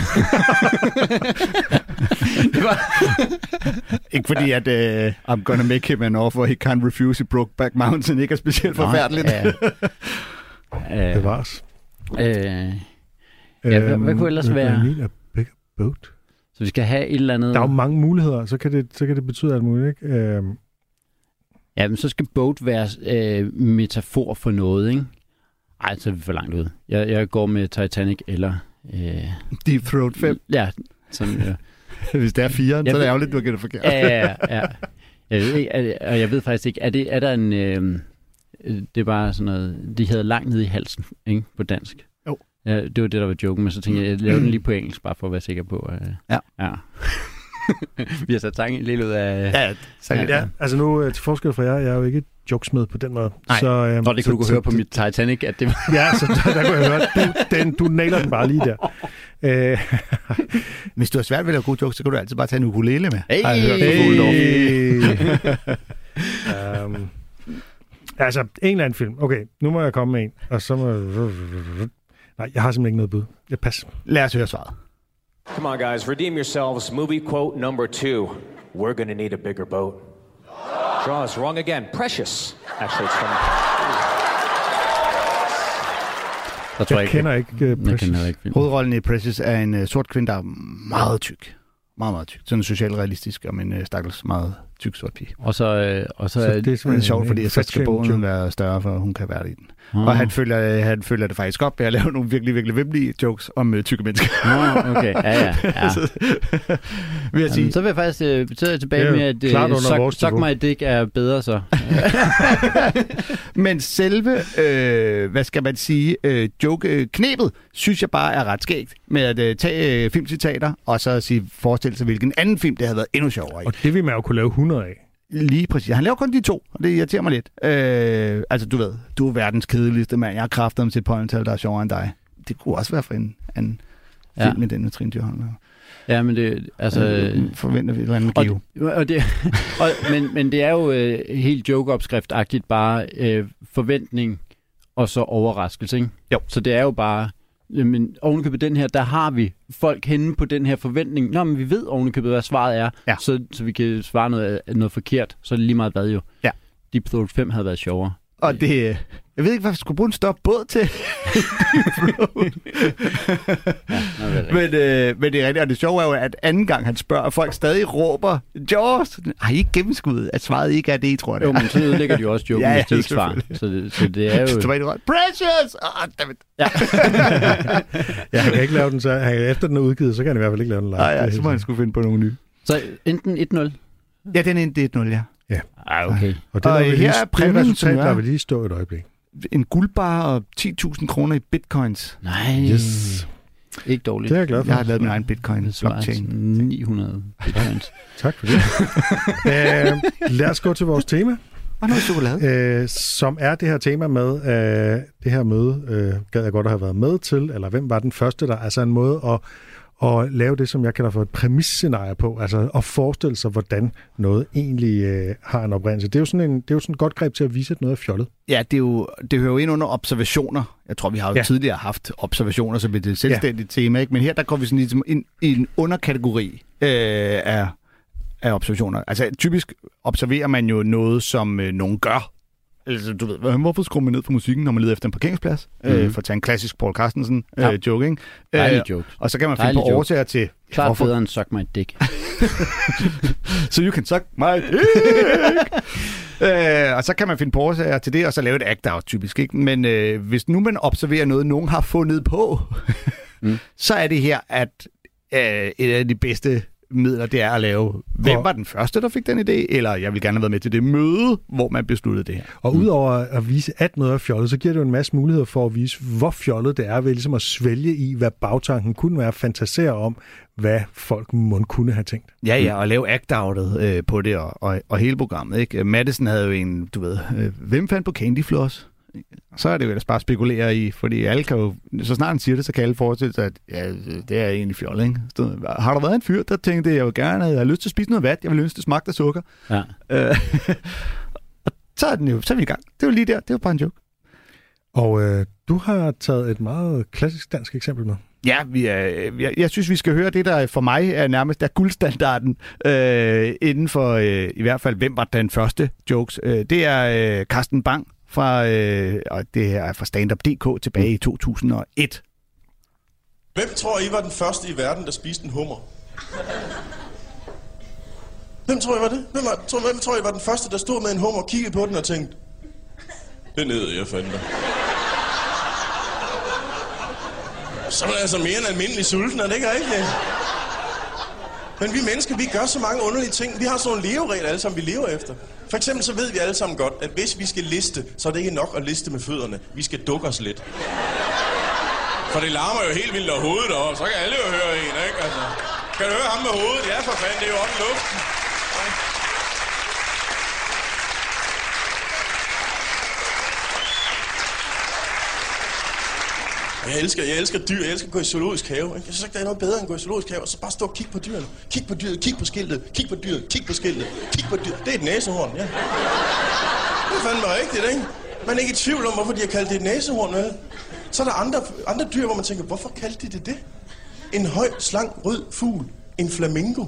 det var... Ikke fordi, at uh, I'm gonna make him an offer he can't refuse i Brokeback Mountain ikke er specielt forfærdeligt. Ja. Det var os. Øh, ja, hvad, hvad kunne ellers være? I need a bigger boat. Så vi skal have et eller andet... Der er jo mange muligheder, så kan det, så kan det betyde alt muligt, ikke? Øh, Ja, men så skal boat være øh, metafor for noget, ikke? Ej, så er vi for langt ud. Jeg, jeg går med Titanic eller... Øh, Deep Throat fem. Ja, sådan... Ja. Hvis det er fire, så er det ærgerligt, du har gættet forkert. Ja, ja, ja. Jeg ved ikke, er, og jeg ved faktisk ikke, er, det, er der en... Øh, det er bare sådan noget... De hedder langt nede i halsen, ikke? På dansk. Jo. Ja, det var det, der var joken, men så tænkte jeg, jeg laver den lige på engelsk, bare for at være sikker på... Øh, ja. Ja. Vi har sat tanken lidt ud af... Ja, så, ja, ja. Altså nu, til forskel fra jer, jeg er jo ikke jokesmed på den måde. Nej. Så, øhm, Nå, det så, kunne du så, høre på mit Titanic, at det var... Ja, så der, der kunne jeg høre, du, den, du nailer den bare lige der. Øh, Hvis du har svært ved at lave gode jokes, så kan du altid bare tage en ukulele med. Hey! Har jeg hørt fra hey. um, altså, en eller anden film. Okay, nu må jeg komme med en, og så må jeg... Nej, jeg har simpelthen ikke noget bud. Jeg passer. Lad os høre svaret. Come on, guys, redeem yourselves. Movie quote number two. We're gonna need a bigger boat. Jaws, wrong again. Precious. Actually, it's from... Jeg, tror jeg ikke, kender ikke uh, jeg Precious. kender ikke filmen. Hovedrollen i Precious er en uh, sort kvinde, der er meget tyk. Meget, meget tyk. Sådan socialrealistisk om en uh, stakkels meget tyk sort pige. Og så, øh, og så, Så så det Det er sjovt, fordi så skal bogen være større, for hun kan være i den. oh. Og han følger, han følger det faktisk op ved at lave nogle virkelig, virkelig vemmelige jokes om uh, tykke mennesker. Oh, okay, ja, ja. ja. vil jeg sige. Jamen, så vil jeg faktisk øh, tage tilbage med, at klart under uh, vores Suck, Suck niveau. My Dick er bedre så. Men selve, øh, hvad skal man sige, øh, joke-knebet, synes jeg bare er ret skægt. Med at øh, tage øh, filmcitater, og så sige, forestille sig, hvilken anden film, det havde været endnu sjovere i. Og det vil man jo kunne lave hundrede af. Lige præcis. Han laver kun de to, og det irriterer mig lidt. Øh, altså, du ved, du er verdens kedeligste mand. Jeg har kræftet om til et pointal, der er sjovere end dig. Det kunne også være for en anden Ja. film med den med Trine Dyrholm. Ja, men det, altså... Øh, forventer vi et eller andet og, give. og det, og, men, men det er jo øh, helt joke-opskrift-agtigt bare øh, forventning og så overraskelse, ikke? Jo. Så det er jo bare... Men ovenikøbet den her, der har vi folk henne på den her forventning. Nå, men vi ved ovenikøbet, hvad svaret er, Ja. så, så vi kan svare noget, noget forkert. Så er det lige meget hvad jo. Ja. Deep Throat fem havde været sjovere. Og det... øh, Jeg ved ikke, hvad vi skulle bruge en større båd til. Ja, nå, det er men, øh, men det er rigtigt, og det sjove er jo, at anden gang han spørger, og folk stadig råber, Jaws! Har I ikke gennemskuddet, at svaret ikke er det, I tror det Jo, er? men så ødelægger de jo også joken, Ja, ja, ja, hvis de ikke svarer. selvfølgelig. Så det, så det er jo... Så var det Precious! Oh, dammit. Ja. Ja, han kan ikke lave den, så han, efter den er udgivet, så kan han i hvert fald ikke lave den live. Nej, ja, Det er så må han helt skulle finde på nogle nye. Så enten et nul. Ja, den er en et nul, ja. Ah, okay. sikkert. Og det, Og der vil her lige, er præmien, det resultat, som er- der vil lige stå et øjeblik. En guldbar og ti tusind kroner i bitcoins. Nej, Yes. ikke dårligt. Det er jeg glad for. Jeg har lavet min egen bitcoin Det svarer blockchain. til ni hundrede bitcoins. Tak for det. uh, lad os gå til vores tema, Og noget chokolade. uh, som er det her tema med uh, det her møde. Uh, gad jeg godt at have været med til, eller hvem var den første, der altså en måde at og lave det, som jeg kalder for et præmisscenarie på, altså at forestille sig, hvordan noget egentlig øh, har en oprindelse. Det er jo sådan en, det er jo sådan et godt greb til at vise, at noget er fjollet. Ja, det, er jo, det hører jo ind under observationer. Jeg tror, vi har jo Ja. ja. tidligere haft observationer som et selvstændigt ja. tema, ikke? Men her der går vi sådan ligesom ind i en underkategori øh, af, af observationer. Altså typisk observerer man jo noget, som øh, nogen gør. Altså, du ved, hvorfor skruer man ned for musikken, når man leder efter en parkeringsplads? Mm-hmm. Øh, for at tage en klassisk Paul Carstensen øh, Ja. joke, ikke? Dejlig Øh, joke. og så kan man finde Dejlig på joke. årsager til... Klart hvorfor- bedre end Suck My Dick. So you can suck my dick. øh, og så kan man finde på årsager til det, og så lave et act-out typisk. Ikke? Men øh, hvis nu man observerer noget, nogen har fundet på, Mm. så er det her, at øh, et af de bedste midler, det er at lave, hvem Og- var den første, der fik den idé? Eller jeg vil gerne have været med til det møde, hvor man besluttede det her. Og udover at vise, at noget er fjollet, så giver det jo en masse muligheder for at vise, hvor fjollet det er, ved ligesom at svælge i, hvad bagtanken kunne være, fantasere om, hvad folk må kunne have tænkt. Ja, ja, og lave act-outet øh, på det, og, og, og hele programmet. Ikke? Madison havde jo en, du ved, øh, hvem fandt på Candy Floss? Så er det jo ellers bare at spekulere i, fordi alle kan jo, så snart han siger det, så kan alle forestille sig, at ja, det er egentlig fjol, ikke? Så, har der været en fyr, der tænkte, at jeg vil gerne, jeg har lyst til at spise noget vat, jeg vil ønske, det smagte af sukker. Ja. Øh, og så er den jo, så er vi i gang. Det er jo lige der, det er jo bare en joke. Og øh, du har taget et meget klassisk dansk eksempel med. Ja, vi er, jeg, jeg synes, vi skal høre det, der for mig er nærmest er guldstandarden øh, inden for øh, i hvert fald, hvem var den første jokes. Øh, det er øh, Carsten Bang fra, øh, og det her er fra Stand Up punktum d k tilbage i to tusind og et. Hvem tror I var den første i verden, der spiste en hummer? Hvem tror I var det? Hvem, var, tror, hvem tror I var den første, der stod med en hummer og kiggede på den og tænkte, det nede jeg fandme. Så er man altså mere end almindelig sulten, er det ikke rigtigt? Men vi mennesker, vi gør så mange underlige ting. Vi har sådan nogle leveregler alle sammen, vi lever efter. For eksempel så ved vi alle sammen godt, at hvis vi skal liste, så er det ikke nok at liste med fødderne. Vi skal dukke os lidt. For det larmer jo helt vildt af hovedet deroppe, så kan alle jo høre en, ikke? Altså, kan du høre ham med hovedet? Ja, for fanden, det er jo oppe i luften. Jeg elsker, jeg elsker dyr, jeg elsker at gå i zoologisk have. Ikke? Jeg synes ikke, der er noget bedre end at gå i zoologisk have, og så bare stå og kigge på dyrene. Kig på dyret, kig på skiltet, kig på dyret, kig på skiltet, kig på dyret. Det er et næsehorn, ja. Det er fandme rigtigt, ikke? Man er ikke i tvivl om, hvorfor de har kaldt det et næsehorn, vel? Så er der andre, andre dyr, hvor man tænker, hvorfor kaldte de det det? En høj, slank, rød fugl. En flamingo.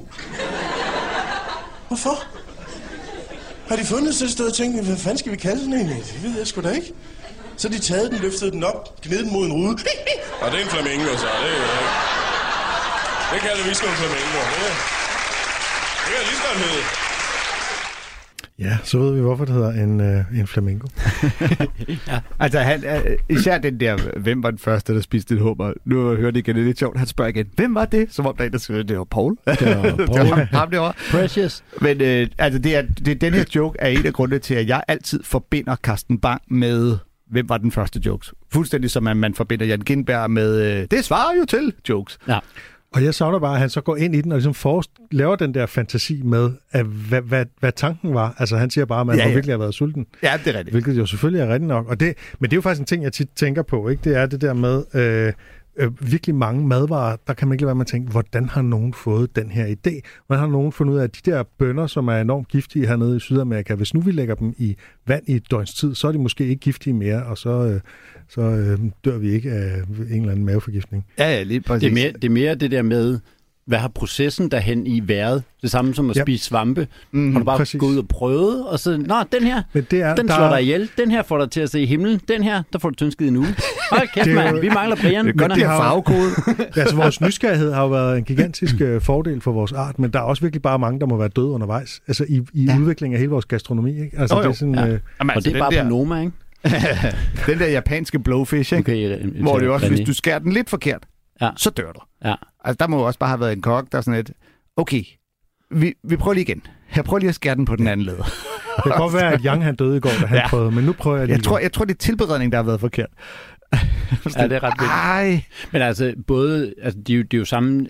Hvorfor? Har de fundet et sted og tænkt, hvad fanden skal vi kalde den egentlig? Det ved jeg sgu da ikke. Så de taget den, løftede den op, gned den mod en rude. Og det er en flamingo, så det er jo... Det kalder vi sgu en flamingo. Det, det kan lige så godt hedde. Ja, så ved vi, hvorfor det hedder en, øh, en flamingo. Ja. Altså, han, især den der, hvem var den første, der spiste en hummer? Nu hører det igen, det er lidt sjovt. Han spørger igen, hvem var det? Som om der er en, der siger, det var Paul. Det var Paul. Det var ham derovre. Precious. Men øh, altså, det er, det, den her joke er en af grundene til, at jeg altid forbinder Carsten Bang med, hvem var den første jokes? Fuldstændig som at man forbinder Jan Gindberg med, øh, det svarer jo til jokes. Ja. Og jeg savner bare, at han så går ind i den og ligesom forrest, laver den der fantasi med, at hvad, hvad, hvad tanken var. Altså han siger bare, at man ja, ja. virkelig har været sulten. Ja, det er rigtigt. Hvilket jo selvfølgelig er rigtigt nok. Og det, men det er jo faktisk en ting, jeg tit tænker på. Ikke? Det er det der med øh, øh, virkelig mange madvarer. Der kan man ikke lade være med at tænke, hvordan har nogen fået den her idé? Hvordan har nogen fundet ud af, at de der bønner, som er enormt giftige hernede i Sydamerika, hvis nu vi lægger dem i vand i et døgns tid, så er de måske ikke giftige mere, og så... Øh, så øh, dør vi ikke af en eller anden maveforgiftning. Ja, ja, lige præcis. Det er, mere, det er mere det der med, hvad har processen derhen i været? Det samme som at ja. spise svampe. Mm, har du bare præcis. gået ud og prøvet, og så, nå, den her, det er, den slår der... dig ihjel. Den her får dig til at se i himlen. Den her, der får du tyndskid en uge. Hold kæft, mand. Vi mangler Brian. Det, det har farvekode. Altså, vores nysgerrighed har jo været en gigantisk uh, fordel for vores art, men der er også virkelig bare mange, der må være døde undervejs. Altså, i, i ja. udviklingen af hele vores gastronomi, ikke? Altså, oh, det er sådan, ja. øh... Jamen, altså, og det er bare der... på Noma, ikke? Den der japanske blowfish, ikke? Okay, hvor det også, hvis du skærer den lidt forkert, ja. så dør du. Ja. Altså, der må jo også bare have været en kok, der er sådan et, okay, vi, vi prøver lige igen. Jeg prøver lige at skære den på den anden led. Det kan godt være, at Yang han døde i går, da han ja. prøvede, men nu prøver jeg lige. Jeg tror, jeg tror, det er tilberedning, der har været forkert. Ja, det er ret vildt. Ej. Men altså, både, altså, det er jo, det er jo samme...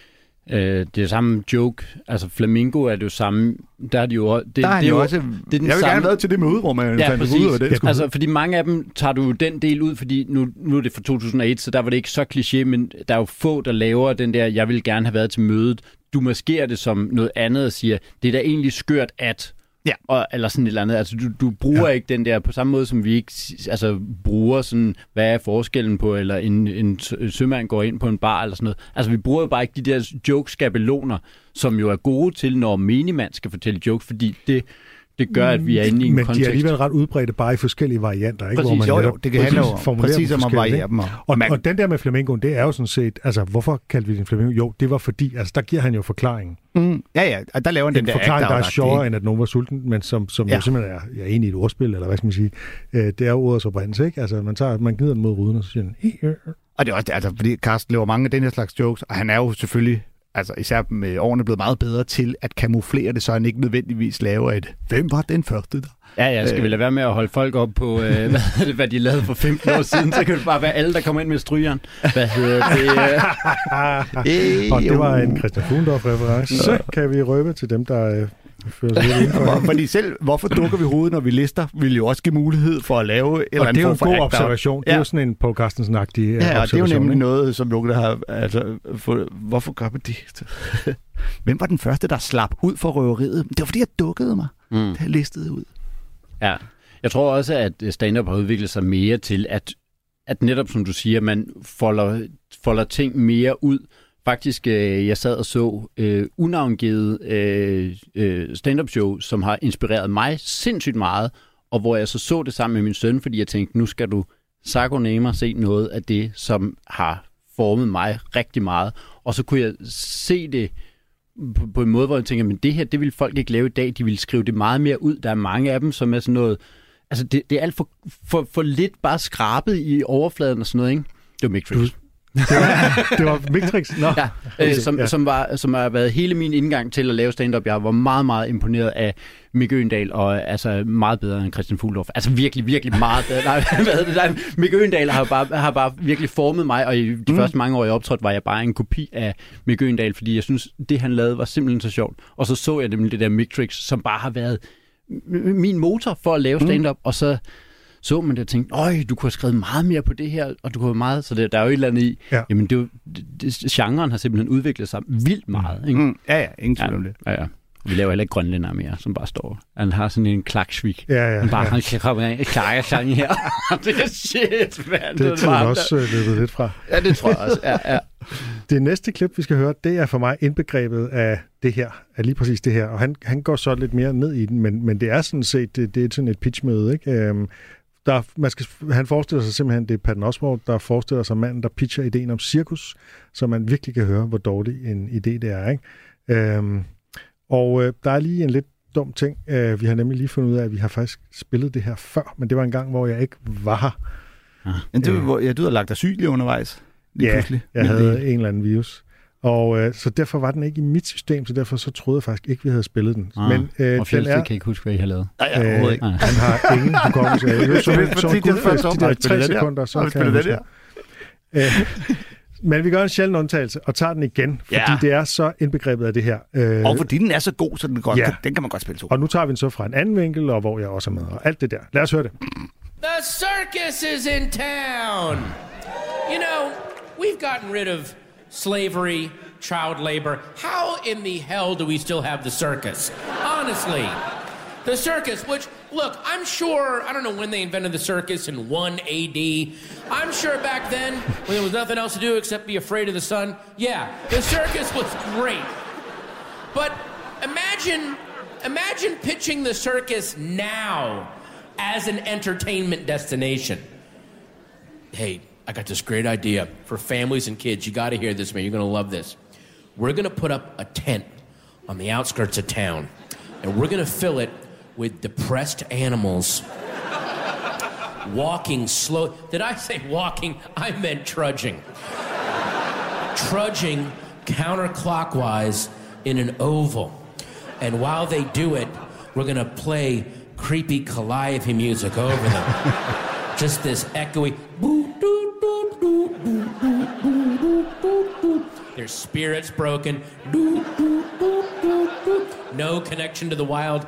Øh, det er samme joke. Altså Flamingo er det jo samme. Der er de jo det, der er det er jo også. Det er den jeg vil samme... gerne have været til det møde, hvor man ja, fandt ud af det. Altså fordi mange af dem tager du den del ud, fordi nu, nu er det fra to tusind og et, så der var det ikke så kliché, men der er jo få, der laver den der, jeg vil gerne have været til mødet. Du maskerer det som noget andet og siger, det er da egentlig skørt at ja. Og, eller sådan et eller andet. Altså, du, du bruger ja. ikke den der på samme måde, som vi ikke altså, bruger sådan, hvad er forskellen på, eller en, en sømand går ind på en bar, eller sådan noget. Altså, vi bruger jo bare ikke de der joke-skabeloner, som jo er gode til, når menigmand skal fortælle jokes, fordi det, det gør, at vi er inde i en men kontekst. Men de er alligevel ret udbredte bare i forskellige varianter, ikke? Præcis, hvor man jo, jo, det kan handle om præcis om at variere dem. Og, og, man... og den der med flamingoen, det er jo sådan set, altså, hvorfor kaldte vi den flamingo? Jo, det var fordi, altså, der giver han jo forklaringen. Mm, ja, ja, og der laver han den, den der forklaring, der er sjovere, end at nogen var sulten, men som, som ja. jo simpelthen er, jeg er enig i et ordspil, eller hvad skal man sige, øh, det er jo ordets oprindelse, ikke? Altså, man, tager, man gider den mod ruden, og så siger den, og det er også, altså, fordi Carsten laver mange af den her slags jokes, og han er jo selvfølgelig altså især med årene blevet meget bedre til at kamuflere det, så han ikke nødvendigvis laver et, hvem var den første der? Ja, ja, skal vi lade være med at holde folk op på, øh, hvad, det, hvad de lavede for femten år siden, så kan det bare være alle, der kommer ind med strygeren. Hvad hedder det? øh, og det var en Christian Fuglendorf-reference. Så kan vi røbe til dem, der... Øh, fordi selv, hvorfor dukker vi hovedet, når vi lister, vil jo også give mulighed for at lave en eller anden form for Og det er jo en god observation. Ja. Det er jo sådan en Poul Carstensen-agtig ja, observation. Ja, og det er jo nemlig noget, som nogen der har... Altså, for, hvorfor gør man det? Hvem var den første, der slap ud for røveriet? Det var, fordi jeg dukkede mig. Mm. Det har listet ud. Ja, jeg tror også, at stand-up har udviklet sig mere til, at, at netop, som du siger, man folder, folder ting mere ud. Faktisk, øh, jeg sad og så øh, unavngivet øh, øh, stand-up show, som har inspireret mig sindssygt meget, og hvor jeg så så det sammen med min søn, fordi jeg tænkte, nu skal du sagoname se noget af det, som har formet mig rigtig meget. Og så kunne jeg se det på, på en måde, hvor jeg tænker, men det her, det vil folk ikke lave i dag. De vil skrive det meget mere ud. Der er mange af dem, som er sådan noget... Altså, det, det er alt for, for, for lidt bare skrabet i overfladen og sådan noget, ikke? Det var Matrix. Det var, det var Matrix? Nå. Ja, øh, som, ja. Som, var, som har været hele min indgang til at lave stand-up. Jeg var meget, meget imponeret af Mikke Øgendahl, og altså meget bedre end Christian Fuglendorf. Altså virkelig, virkelig meget bedre. Nej, hvad er det der? Mikke Øgendahl har bare, har bare virkelig formet mig, og i de mm. første mange år, jeg optrådte, var jeg bare en kopi af Mikke Øgendahl, fordi jeg synes, det han lavede var simpelthen så sjovt. Og så så jeg nemlig det der Matrix, som bare har været min motor for at lave stand-up, mm. og så så man det og tænkte, øj, du kunne have skrevet meget mere på det her, og du kunne have meget, så det, der er jo et eller andet i, ja. Jamen det, det, det, genren har simpelthen udviklet sig vildt meget. Ikke? Mm. Ja, ja, ingen tvivl ja, om det. Ja, ja. Vi laver heller ikke grønlænder mere, som bare står. Han har sådan en klaksvik. Ja, ja. Han bare, ja. han kan komme af, klarer sang her. Det er shit, mand. Det er tiden også løbet lidt fra. Ja, det tror jeg også. Ja, ja. Det næste klip, vi skal høre, det er for mig indbegrebet af det her, af lige præcis det her. Og han, han går så lidt mere ned i den, men, men det er sådan set, det, det er sådan et pitchmøde, ikke? Øhm, der, man skal, han forestiller sig simpelthen, det er Patton Oswalt, der forestiller sig manden, der pitcher ideen om cirkus, så man virkelig kan høre, hvor dårlig en idé det er, ikke? Øhm, og øh, der er lige en lidt dum ting. Øh, vi har nemlig lige fundet ud af, at vi har faktisk spillet det her før, men det var en gang, hvor jeg ikke var her. Ah. Men det var, hvor ja, du havde lagt dig syg lige undervejs. Lige ja, pludselig. jeg havde en eller anden virus. Og øh, så derfor var den ikke i mit system, så derfor så troede jeg faktisk ikke, vi havde spillet den. Ah, men øh, og Fjellsted er, kan ikke huske, hvad I har lavet. Nej, jeg overhovedet ikke. Han har ingen hukommelse. Så, så, så, så, de der tre sekunder, så kan jeg det der. Men vi gør en sjælden undtagelse, og tager den igen, fordi ja. det er så indbegrebet af det her. Øh, og fordi den er så god, så den, godt, ja. den kan man godt spille to. Og nu tager vi den så fra en anden vinkel, og hvor jeg også er med, og alt det der. Lad os høre det. The circus is in town. You know, we've gotten rid of slavery, child labor. How in the hell do we still have the circus? Honestly. The circus, which, look, I'm sure, I don't know when they invented the circus, in one A D. I'm sure back then, when there was nothing else to do except be afraid of the sun, yeah, the circus was great. But imagine, imagine pitching the circus now as an entertainment destination. Hey, I got this great idea for families and kids. You got to hear this, man. You're going to love this. We're going to put up a tent on the outskirts of town, and we're going to fill it with depressed animals walking slow. Did I say walking? I meant trudging. Trudging counterclockwise in an oval. And while they do it, we're going to play creepy Calliope music over them. Just this echoey... Their spirits broken. No connection to the wild.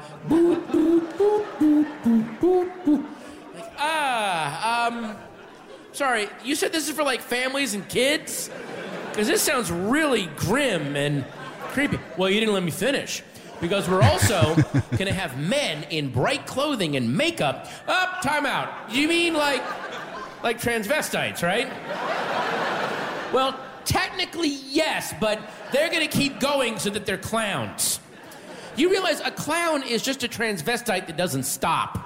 Like, ah, um, sorry, you said this is for like families and kids? Because this sounds really grim and creepy. Well, you didn't let me finish. Because we're also going to have men in bright clothing and makeup. Up, oh, time out. You mean like, like transvestites, right? Well, technically, yes, but they're going to keep going so that they're clowns. You realize a clown is just a transvestite that doesn't stop.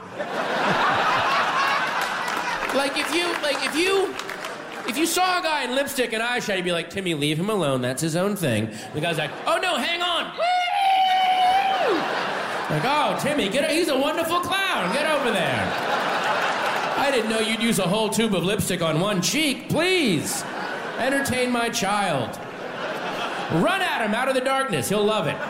Like if you, like if you, if you saw a guy in lipstick and eyeshadow, you'd be like, Timmy, leave him alone. That's his own thing. The guy's like, oh no, hang on. Woo! Like, oh, Timmy, get, he's a wonderful clown. Get over there. I didn't know you'd use a whole tube of lipstick on one cheek. Please. Entertain my child. Run at him out of the darkness. He'll love it.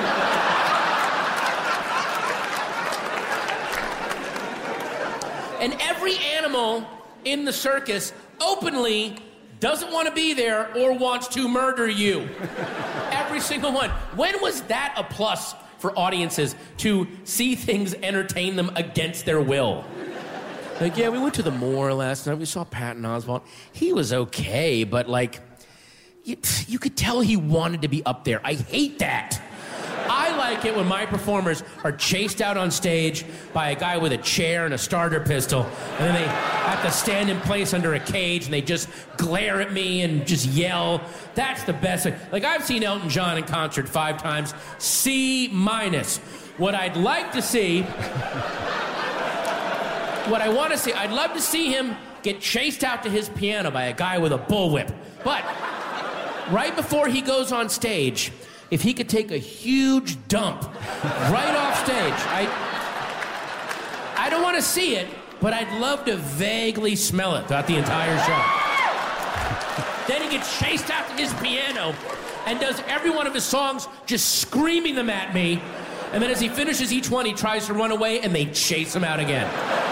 And every animal in the circus openly doesn't want to be there or wants to murder you. Every single one. When was that a plus for audiences to see things entertain them against their will? Like, yeah, we went to the Moore last night. We saw Patton Oswalt. He was okay, but like, you, you could tell he wanted to be up there. I hate that. I like it when my performers are chased out on stage by a guy with a chair and a starter pistol, and then they have to stand in place under a cage, and they just glare at me and just yell. That's the best. Like, I've seen Elton John in concert five times. C minus. What I'd like to see... what I want to see, I'd love to see him get chased out to his piano by a guy with a bullwhip. But right before he goes on stage, if he could take a huge dump right off stage, I, I don't want to see it, but I'd love to vaguely smell it throughout the entire show. Then he gets chased out to his piano and does every one of his songs just screaming them at me. And then as he finishes each one, he tries to run away and they chase him out again.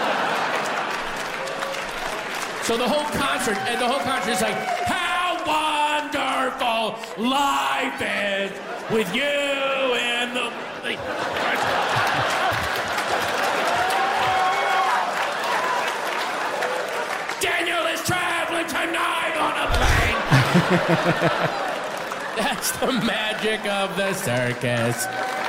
So the whole concert, and the whole concert is like, how wonderful life is with you in the... Daniel is traveling tonight on a plane. That's the magic of the circus.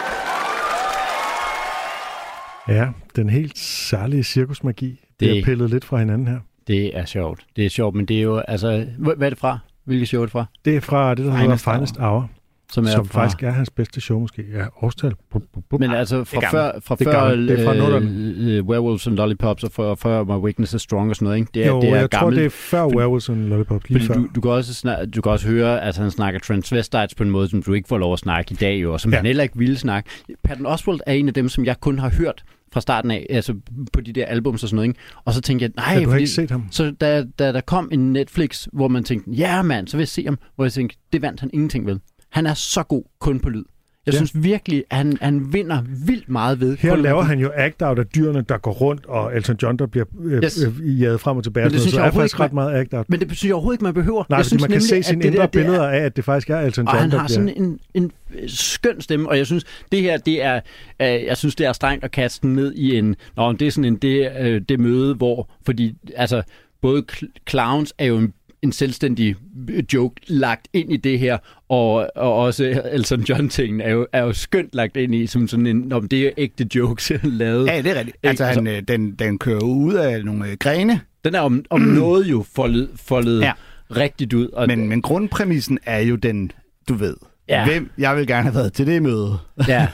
Ja, den helt særlige cirkusmagi, det, det er pillet lidt fra hinanden her. Det er sjovt. Det er sjovt, men det er jo, altså, hvad er det fra? Hvilket show er det fra? Det er fra det, der hedder Finest Hour, som, er som fra... faktisk er hans bedste show måske. Ja, årstal. Men altså, fra før, fra det før det er fra uh, Werewolves and Lollipops, og fra før My Weakness is Strong og sådan noget, ikke? Det er, jo, det er jeg gammel... tror, det er før Werewolves and Lollipops, lige før. Du, du, kan også snak, du kan også høre, at han snakker transvestites på en måde, som du ikke får lov at snakke i dag, jo, og som ja. han heller ikke ville snakke. Patton Oswalt er en af dem, som jeg kun har hørt fra starten af, altså på de der albums og sådan noget, ikke? Og så tænkte jeg, nej, ja, du har ikke set ham. Så da, da der kom en Netflix, hvor man tænkte, ja mand, så vil jeg se ham, hvor jeg tænkte, det vandt han ingenting ved. Han er så god kun på lyd. Jeg ja. synes virkelig, at han, han vinder vildt meget ved. Her laver han jo act-out af dyrene, der går rundt, og Elton John, der bliver øh, yes. øh, jaget frem og tilbage. Men det så synes jeg er faktisk ikke, ret meget act-out. Men det synes jeg overhovedet ikke, man behøver. Nej, jeg synes man kan se sine indre billeder af, at det faktisk er Elton John, og han der har bliver... sådan en, en skøn stemme, og jeg synes, det her, det er, øh, jeg synes, det er strengt at kaste den ned i en, nå, det er sådan en, det, øh, det møde, hvor, fordi, altså, både clowns er jo en en selvstændig joke lagt ind i det her, og, og også Elton John-tingen er jo, er jo skønt lagt ind i, som sådan en, om det er ægte jokes lavet. Ja, det er rigtigt. Altså, han, altså den, den kører ud af nogle grene. Den er om, om noget jo foldet, foldet ja. rigtigt ud. Og men, men grundpræmissen er jo den, du ved, ja. hvem jeg vil gerne have været til det møde. Ja.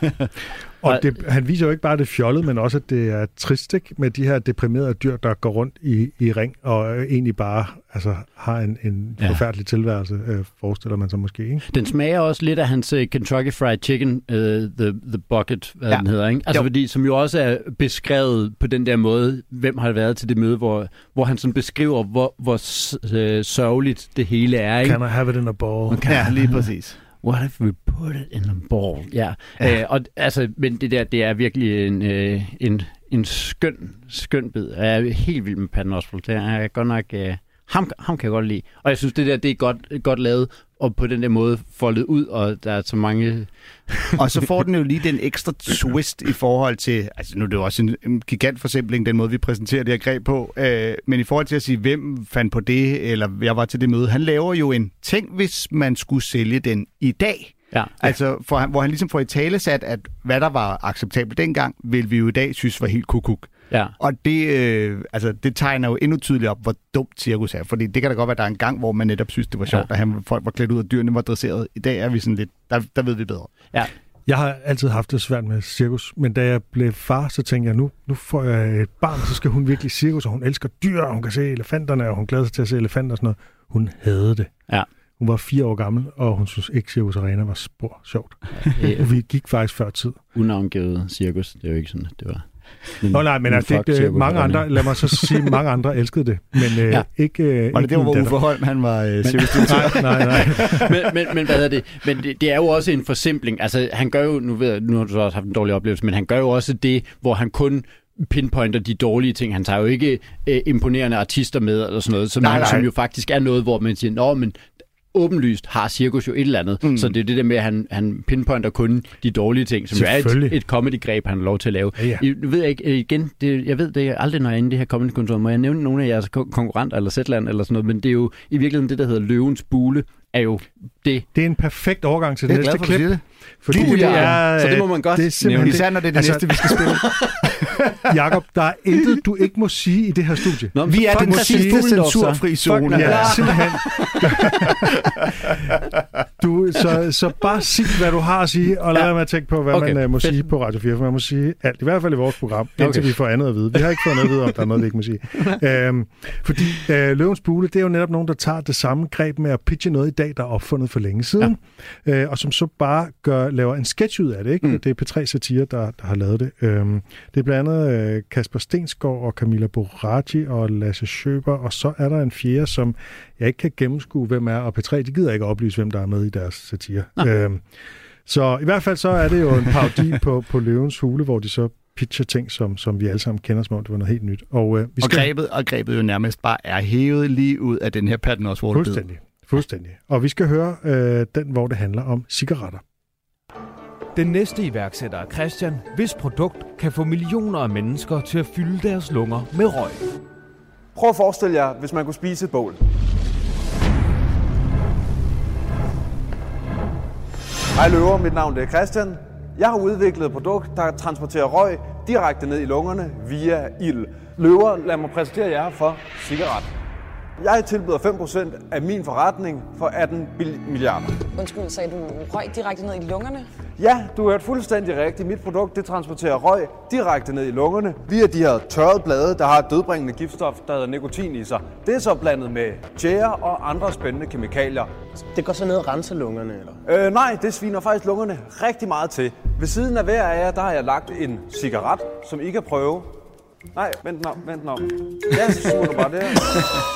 Og det, han viser jo ikke bare det fjollet, men også, at det er trist, ikke? Med de her deprimerede dyr, der går rundt i, i ring, og egentlig bare altså, har en, en ja. forfærdelig tilværelse, øh, forestiller man sig måske. Ikke? Den smager også lidt af hans uh, Kentucky Fried Chicken, uh, the, the Bucket, hvad ja. den hedder. Ikke? Altså, fordi, som jo også er beskrevet på den der måde, hvem har været til det møde, hvor, hvor han sådan beskriver, hvor, hvor uh, sørgeligt det hele er. Ikke? Can I have it in a ball? Okay. Ja, lige præcis. What if we put it in a ball? Ja, ja. Øh, og altså, men det der, det er virkelig en, øh, en, en skøn, skøn bid. Jeg er helt vild med Patton Oswalt. Det er godt nok, øh, ham, ham kan jeg godt lide. Og jeg synes, det der, det er godt, godt lavet, og på den der måde foldet ud, og der er så mange... Og så får den jo lige den ekstra twist i forhold til, altså nu er det jo også en, en gigant forsimpling, den måde, vi præsenterer det her greb på, øh, men i forhold til at sige, hvem fandt på det, eller jeg var til det møde, han laver jo en ting, hvis man skulle sælge den i dag. Ja. Altså, for, hvor han ligesom får i tale sat, at hvad der var acceptabelt dengang, vil vi jo i dag synes var helt kukuk. Ja. Og det, øh, altså, det tegner jo endnu tydeligt op, hvor dumt cirkus er. Fordi det kan da godt være, at der er en gang, hvor man netop synes, det var sjovt, ja. at han, folk var klædt ud, og dyrene var dresseret. I dag er vi sådan lidt, der, der ved vi bedre. Ja. Jeg har altid haft det svært med cirkus, men da jeg blev far, så tænkte jeg, nu, nu får jeg et barn, så skal hun virkelig cirkus, og hun elsker dyr, og hun kan se elefanterne, og hun glæder sig til at se elefanter og sådan noget. Hun havde det. Ja. Hun var fire år gammel, og hun synes ikke, Cirkus Arena var spor sjovt. Ja, vi gik faktisk før tid. Unavngivet cirkus, det er jo ikke sådan, det var... Nå oh, nej, men altså, det, det, mange andre, lad mig så sige, mange andre elskede det, men øh, ja. ikke... Øh, var det der, hvor Uffe Holm, han var øh, cirkusdirektør? Nej, nej, nej. men, men, men hvad er det? Men det, det er jo også en forsimpling. Altså, han gør jo, nu ved jeg, nu har du så også haft en dårlig oplevelse, men han gør jo også det, hvor han kun pinpointer de dårlige ting. Han tager jo ikke øh, imponerende artister med, eller sådan noget, som, nej, nej. som jo faktisk er noget, hvor man siger, nå, men åbenlyst har cirkus jo et eller andet. Mm. Så det er det der med, at han, han pinpointer kun de dårlige ting, som jo er et, et comedy-greb, han har lov til at lave. Ja, ja. Jeg ved ikke, igen, det, jeg ved det er aldrig, når jeg er inde i det her comedy-kontor, må jeg nævne nogle af jeres konkurrenter, eller Zetland, eller sådan noget, men det er jo i virkeligheden det, der hedder Løvens Bule, er jo det. Det er en perfekt overgang til det, det næste klip. Det. Fordi du, det ja. er, så det må man godt det er nævne. Især når det er det altså, næste, vi skal spille. Jakob, der er intet, du ikke må sige i det her studie. Nå, Vi er den sidste censurfri zone. Ja, simpelthen. Du, så, så bare sig, hvad du har at sige, og lad være med at tænke på, hvad Okay, man uh, må fedt. sige på Radio fire, for man må sige alt. I hvert fald i vores program, indtil Okay. vi får andet at vide. Vi har ikke fået noget at vide om, der er noget, vi ikke må sige. øhm, fordi øh, Løvens Bule, det er jo netop nogen, der tager det samme greb med at pitche noget i dag, der er opfundet for længe siden, ja. øh, og som så bare gør, laver en sketch ud af det. Ikke? Mm. Det er P tre Satire, der, der har lavet det. Øhm, det er blandt andet øh, Kasper Stensgaard og Camilla Boraghi og Lasse Schøber, og så er der en fjerde, som jeg ikke kan gennemskue, hvem er, og P tre, de gider ikke oplyse, hvem der er med i deres satire. Øhm, så i hvert fald så er det jo en parodi på, på Løvens Hule, hvor de så pitcher ting, som, som vi alle sammen kender, som om det var noget helt nyt. Og, øh, vi Og skal... grebet, og grebet jo nærmest bare er hævet lige ud af den her Patton Oswalt-bid. Fuldstændig. Fuldstændig. Og vi skal høre øh, den, hvor det handler om cigaretter. Den næste iværksætter er Christian, hvis produkt kan få millioner af mennesker til at fylde deres lunger med røg. Prøv at forestille jer, hvis man kunne spise et bål. Hej løver, mit navn er Christian. Jeg har udviklet et produkt, der transporterer røg direkte ned i lungerne via ild. Løver, lad mig præsentere jer for cigaret. Jeg tilbyder fem procent af min forretning for atten milliarder. Undskyld, sagde du røg direkte ned i lungerne? Ja, du har hørt fuldstændig rigtigt. Mit produkt det transporterer røg direkte ned i lungerne via de her tørrede blade, der har et dødbringende giftstof, der hedder nikotin i sig. Det er så blandet med tjære og andre spændende kemikalier. Det går så ned og renser lungerne, eller? Øh, nej, det sviner faktisk lungerne rigtig meget til. Ved siden af hver af jer, der har jeg lagt en cigaret, som I kan prøve. Nej, vent nu, vent nu. Ja, så suger du bare det her.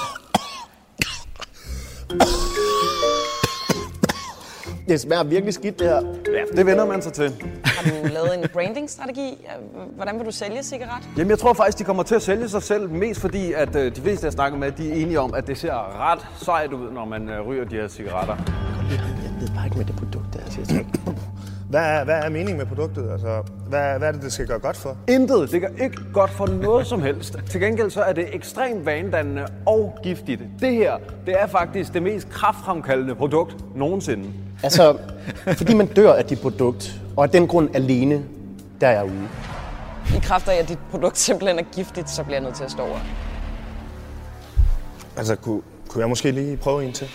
Det smager virkelig skidt, det her. Ja, det vender man sig til. Har du lavet en branding-strategi? Hvordan vil du sælge cigaret? Jamen, jeg tror faktisk, de kommer til at sælge sig selv, mest fordi, at øh, de fleste, jeg snakker med, de er enige om, at det ser ret sejt ud, når man øh, ryger de her cigaretter. Jeg ved bare ikke med det produkt, der er, så jeg tror ikke. Hvad er, hvad er meningen med produktet? Altså, hvad, hvad er det, det skal gøre godt for? Intet. Det gør ikke godt for noget som helst. Til gengæld så er det ekstremt vanedannende og giftigt. Det her, det er faktisk det mest kræftfremkaldende produkt nogensinde. Altså, fordi man dør af dit produkt, og af den grund alene, der er jeg ude. I kraft af, at dit produkt simpelthen er giftigt, så bliver jeg nødt til at stå over. Altså, kunne, kunne jeg måske lige prøve en til?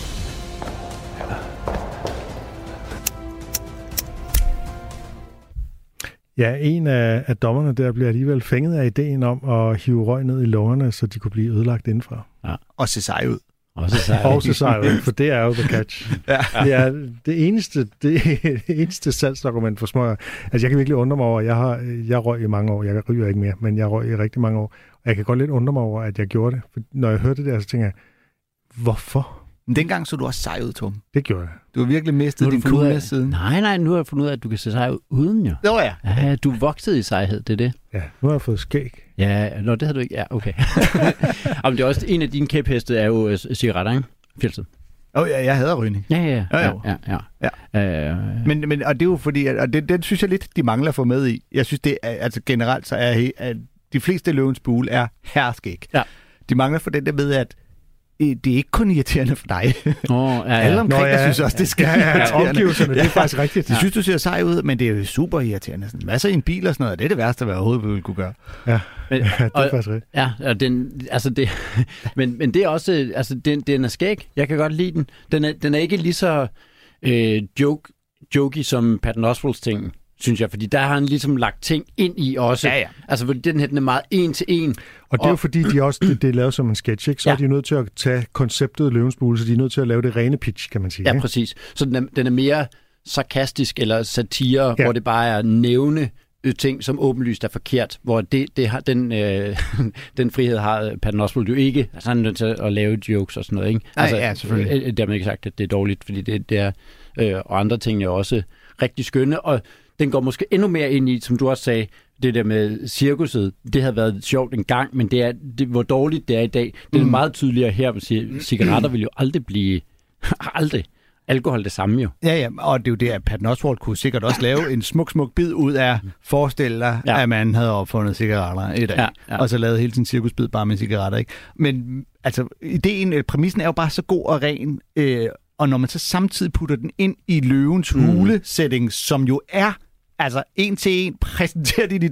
Ja, en af, af dommerne der bliver alligevel fænget af ideen om at hive røg ned i lungerne, så de kunne blive ødelagt indenfra. Ja. Og se sej ud. Og så sej Og se sej ud, for det er jo the catch. Ja. Det er det eneste, det, det eneste salgsargument for smøger. Altså, jeg kan virkelig undre mig over, jeg har jeg røg i mange år. Jeg ryger ikke mere, men jeg røg i rigtig mange år. Og jeg kan godt lidt undre mig over, at jeg gjorde det. For når jeg hørte det der, så tænker jeg, hvorfor? Men dengang så du også sej ud, Tom. Det gjorde jeg. Du har virkelig mistet din coolness siden. Nej, nej, nu har jeg fundet ud af, at du kan se sej ud uden jo. Det var jeg. Ja, du voksede i sejhed, det er det. Ja, nu har jeg fået skæg. Ja, nå, det havde du ikke. Ja, okay. Jamen, det er også en af dine kæpheste er jo uh, cigaretter, ikke? Fjeldsted. Åh, oh, ja, jeg hader rygning. Ja, ja, ja. ja. ja, ja. ja. Uh, men, men, og det er jo fordi, at, og det, det synes jeg lidt, de mangler at få med i. Jeg synes, det er, altså generelt, så er at de fleste Løvens Bule er herskæg. Ja. De mangler for den der ved, at det er ikke kun irriterende for dig. Oh, ja, ja. Alle omkring, Nå, ja. jeg synes også, det skal ja, ja, ja, omgivelserne, det er faktisk rigtigt. De synes, du ser sej ud, men det er jo super irriterende. Sådan, masser i en bil og sådan noget, det er det værste, hvad overhovedet vi ville kunne gøre. Ja, men, ja det er og, faktisk rigtigt. Ja, og den, altså det, men, men det er også, altså den, den er skæg. Jeg kan godt lide den. Den er, den er ikke lige så øh, joke, jokey som Patton Oswalts ting, synes jeg, fordi der har han ligesom lagt ting ind i også. Ja, ja. Altså, fordi den her, den er meget en til en. Og det er jo fordi, de også, det, det er lavet som en sketch, ikke? Så ja. er de nødt til at tage konceptet Løvens Bule, så de er nødt til at lave det rene pitch, kan man sige. Ja, ikke? præcis. Så den er, den er mere sarkastisk eller satire, ja. Hvor det bare er nævne ting, som åbenlyst er forkert, hvor det, det har, den, øh, den frihed har Patton Oswalt jo ikke. Altså, han er nødt til at lave jokes og sådan noget, ikke? Nej, altså, ja, selvfølgelig. Dermed ikke sagt, at det er dårligt, fordi det, det er, øh, og andre ting er også rigtig skønne, og den går måske endnu mere ind i, som du også sagde, det der med cirkuset. Det havde været sjovt en gang, men det er, det, hvor dårligt det er i dag, det er mm. meget tydeligere her. At cigaretter vil jo aldrig blive... aldrig. Alkohol det samme jo. Ja, ja, og det er jo det, at Patton Oswalt kunne sikkert også lave en smuk, smuk bid ud af, forestille dig, ja. At man havde opfundet cigaretter i dag, ja, ja. Og så lavet hele sin cirkusbid bare med cigaretter, ikke? Men altså, ideen, præmissen er jo bare så god og ren, øh, og når man så samtidig putter den ind i Løvens Hule-setting, mm. som jo er, altså en til en, præsenterer din idé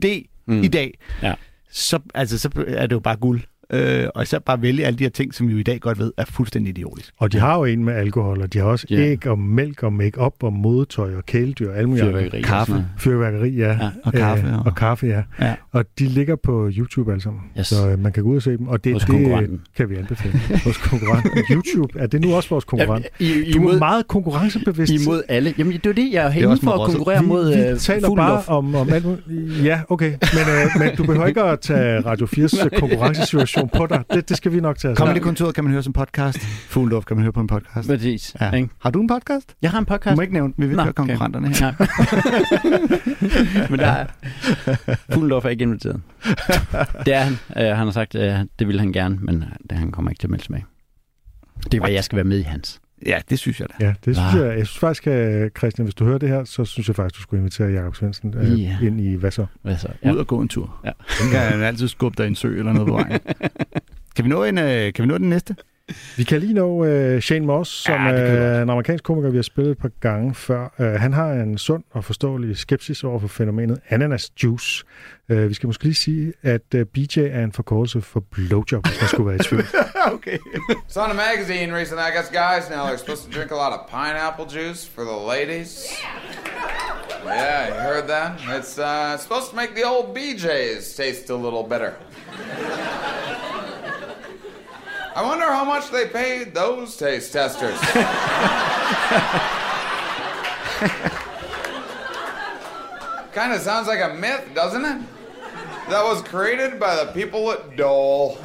mm. i dag, ja. så, altså, så er det jo bare guld. Øh, og så bare vælge alle de her ting, som vi jo i dag godt ved, er fuldstændig idiotisk. Og de har jo en med alkohol, og de har også yeah. æg og mælk og make-up og modetøj og kæledyr og alle mulige Fyrværkeri. Kaffe. Fyrværkeri, ja. ja. Og kaffe. Øh, og kaffe, ja. ja. Og de ligger på YouTube alle sammen, yes. så øh, man kan gå ud og se dem. Og det, det kan vi anbefale. Vores konkurrent. YouTube, er det nu også vores konkurrent? Ja, I, I du mod, er meget konkurrencebevidst. Imod alle. Jamen, det er det, jeg er hængende for at konkurrere vi, mod Vi, vi taler bare om, om alt muligt. Ja, okay. Men, øh, men du behøver ikke at tage Radio fires konkurrencesituation på dig. Det, det skal vi nok tage. Comedy-kontoret kan man høre som podcast. Fuglendorf kan man høre på en podcast. Præcis. Ja. Har du en podcast? Jeg har en podcast. Du må ikke nævne den. Vi vil høre konkurrenterne her. Men der er... Fuglendorf er ikke inviteret. Det er han. Uh, han har sagt, uh, det vil han gerne, men det, han kommer ikke til at melde sig med. Det var, jeg skal være med i hans. Ja, det synes jeg da. Ja, det synes ah. jeg. Jeg synes faktisk, at Christian, hvis du hører det her, så synes jeg faktisk, du skulle invitere Jakob Svendsen øh, yeah. ind i hvad så? Hvad så? Ja. Ud og gå en tur. Ja. Den kan han altid skubbe dig i en sø eller noget på vejen. Kan vi nå en, øh, kan vi nå den næste? Vi kan lige nå uh, Shane Moss, som ja, er en amerikansk komiker, vi har spillet et par gange før. Uh, han har en sund og forståelig skepsis over for fænomenet ananas juice. Uh, vi skal måske lige sige, at uh, B J er en forkortelse for blowjob, hvis man skulle være i tvivl. Okay. Saw in a magazine recently, I guess guys now are supposed to drink a lot of pineapple juice for the ladies. Yeah, you heard that? It's uh, supposed to make the old B Js taste a little better. I wonder how much they paid those taste testers. Kind of sounds like a myth, doesn't it? That was created by the people at Dole.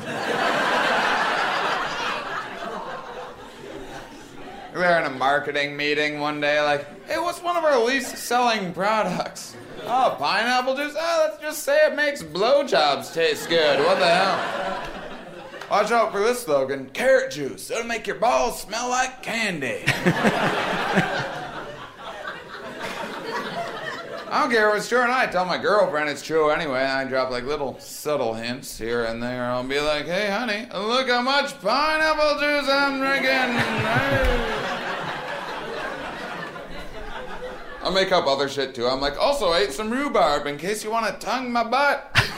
They're in a marketing meeting one day like, hey, what's one of our least selling products? Oh, pineapple juice? Oh, let's just say it makes blowjobs taste good. What the hell? Watch out for this slogan, carrot juice. It'll make your balls smell like candy. I don't care if it's true or not. I tell my girlfriend it's true anyway. I drop like little subtle hints here and there. I'll be like, hey, honey, look how much pineapple juice I'm drinking. I'll make up other shit too. I'm like, also I ate some rhubarb in case you want to tongue my butt.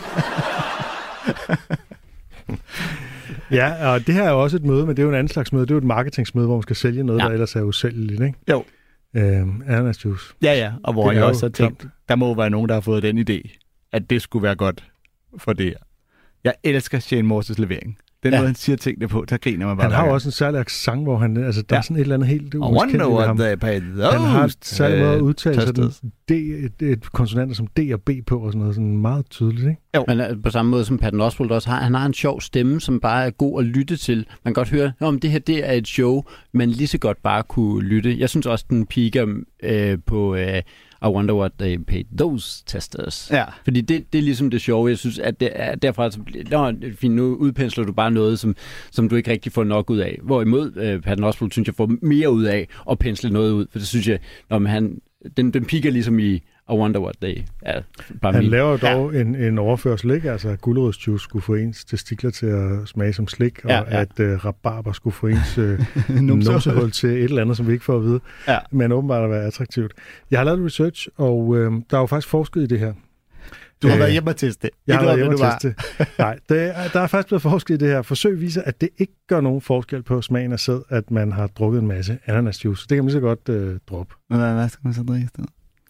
Ja, og det her er jo også et møde, men det er jo en anden slags møde. Det er jo et marketingsmøde, hvor man skal sælge noget, ja. der ellers er usælgeligt, ikke? Jo. Øhm, ananas juice. Ja, ja, og hvor det jeg også har tænkt, tomt. Der må være nogen, der har fået den idé, at det skulle være godt for det her. Jeg elsker Shane Moss' levering. Den ja. måde, han siger tingene på, der griner man bare. Han har jo også en særlig accent, hvor han, altså, der ja. er sådan et eller andet helt umiskendeligt ved ham. Han har en særlig måde at udtale sådan D, et, et konsonanter som D og B på, og sådan noget sådan meget tydeligt, ikke? Jo. Men på samme måde som Patton Oswalt også har, han har en sjov stemme, som bare er god at lytte til. Man kan godt høre, om det her det er et show, man lige så godt bare kunne lytte. Jeg synes også, den piker øh, på... Øh, I wonder what they paid those testers. Ja. Fordi det, det er ligesom det sjove. Jeg synes, at det er derfra, så, nå, fint, nu udpensler du bare noget, som, som du ikke rigtig får nok ud af. Hvorimod uh, Patton Oswalt, synes jeg, får mere ud af at pensle noget ud. For det synes jeg, når man, han, den, den piker ligesom i I wonder what they... Ja, bare han min. laver dog ja. en, en overførsel, ikke? Altså, at gulerodsjuice skulle få ens testikler til at smage som slik, ja, og ja. at uh, rabarber skulle få ens uh, numsehul til et eller andet, som vi ikke får at vide. Ja. Men åbenbart at være attraktivt. Jeg har lavet research, og uh, der er jo faktisk forsket i det her. Du har uh, været hjemme at teste. Jeg har været hjemme at teste. Nej, det, der er faktisk blevet forsket i det her. Forsøg viser, at det ikke gør nogen forskel på smagen af sæd, at man har drukket en masse ananasjuice. Det kan man så godt uh, droppe. Hvad, hvad skal man så drikke i stedet?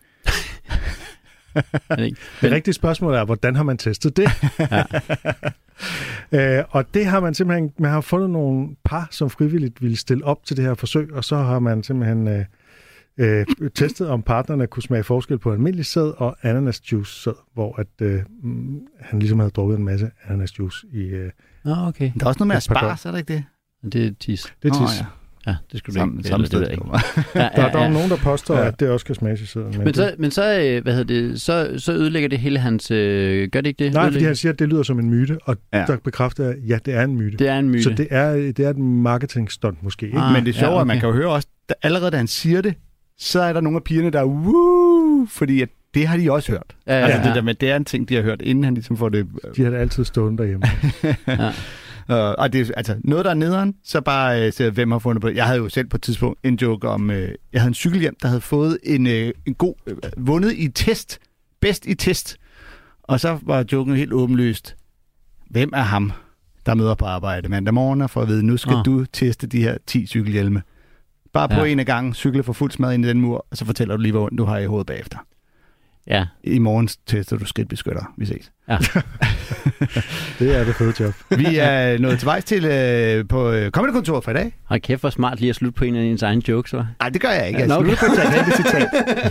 det, det rigtige spørgsmål er, hvordan har man testet det? Ja. øh, og det har man simpelthen, man har fundet nogle par, som frivilligt ville stille op til det her forsøg, og så har man simpelthen øh, øh, testet, om partnerne kunne smage forskel på almindelig sæd og ananasjuice sæd, hvor at, øh, han ligesom havde drukket en masse ananasjuice i øh, oh, okay. Der er også noget med asparges, er det ikke det? Det er tis. Det er tis. Oh, ja. Ja, det skulle Sam, du ikke. Samme ikke. Ja, ja, der er dog ja. nogen, der påstår, ja. at det også kan smage i sæden. Men, men, så, men så, hvad hedder det, så, så ødelægger det hele hans... Øh, gør det ikke det? Nej, fordi han siger, at det lyder som en myte, og ja. der bekræfter, at ja, det er en myte. Det er en myte. Så det er, det er et marketingstunt måske. Ikke? Ah, men det er sjovt, ja, okay. at man kan jo høre også, at allerede da han siger det, så er der nogle af pigerne, der er woo, fordi at det har de også hørt. Ja, ja, altså ja. det der med, det er en ting, de har hørt, inden han ligesom får det... De har det altid stående derhjemme. ja. Uh, og det er altså noget, der er nederen, så bare uh, se, hvem har fundet på det. Jeg havde jo selv på et tidspunkt en joke om, uh, jeg havde en cykelhjem, der havde fået en, uh, en god, uh, vundet i test, bedst i test. Og så var joken helt åbenlyst. Hvem er ham, der møder på arbejde mandag morgen og for at vide, nu skal oh. du teste de her ti cykelhjelme. Bare på ja. en af gangen, cykle for fuld smad ind i den mur, og så fortæller du lige, hvor ondt du har i hovedet bagefter. Ja. I morgen tester du skridtbeskytter. Vi ses. Ja. Det er det fede job. Vi er nået til vejs til øh, på øh, Comedy-kontoret for i dag. Hold kæft, hvor smart lige at slutte på en af ens egen jokes, hva'? Nej, det gør jeg ikke. Jeg Nå, okay. slutter på et gigantisk citat.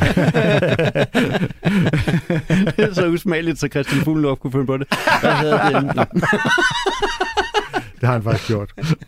Det er så usmageligt, så Christian Fuglendorf kunne finde på det. Hvad hedder det? Nå. Det har han faktisk gjort.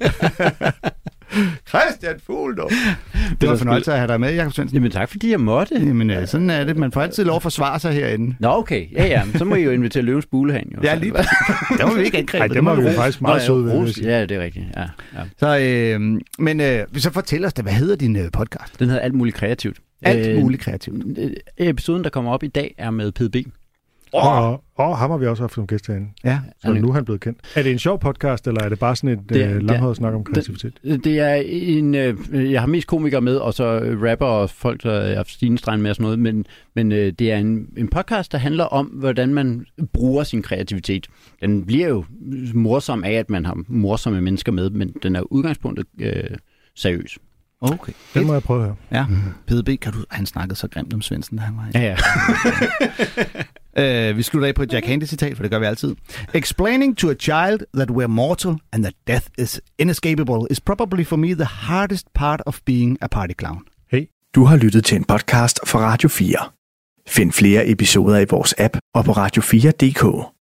Christian Fuglendorf. Det, det var en fornøjelse at have dig med, Jakob Svendsen. Jamen tak, fordi jeg måtte. Jamen ja, sådan er det. Man får altid lov at forsvare sig herinde. Nå, okay. Ja, ja. Så må I jo invitere Løvens Bulehan. Jo. Ja, lige Der må vi ikke angribe. Nej, det må vi jo faktisk meget søde. Ja, det er rigtigt. Ja, ja. Så, øh, men øh, så fortæl os da, hvad hedder din øh, podcast? Den hedder Alt Muligt Kreativt. Alt Muligt Kreativt. Øh, episoden, der kommer op i dag, er med P D B. Oh. Og, og ham har vi også haft som gæst herinde. Ja. Så nu er han blevet kendt. Er det en sjov podcast, eller er det bare sådan et øh, langhåret snak om kreativitet? Det, det er en... Øh, jeg har mest komikere med, og så rapper og folk, der har haft Stine med og sådan noget, men, men øh, det er en, en podcast, der handler om, hvordan man bruger sin kreativitet. Den bliver jo morsom af, at man har morsomme mennesker med, men den er udgangspunktet øh, seriøs. Okay. Den må jeg prøve her. Ja. P D B, kan du... Han snakkede så grimt om Svendsen, da han var Ja, ja. uh, vi slutter af på et Jack Handy-citat, for det gør vi altid. Explaining to a child that we're mortal and that death is inescapable is probably for me the hardest part of being a party clown. Hey. Du har lyttet til en podcast fra Radio fire. Find flere episoder i vores app og på radio fire punktum d k.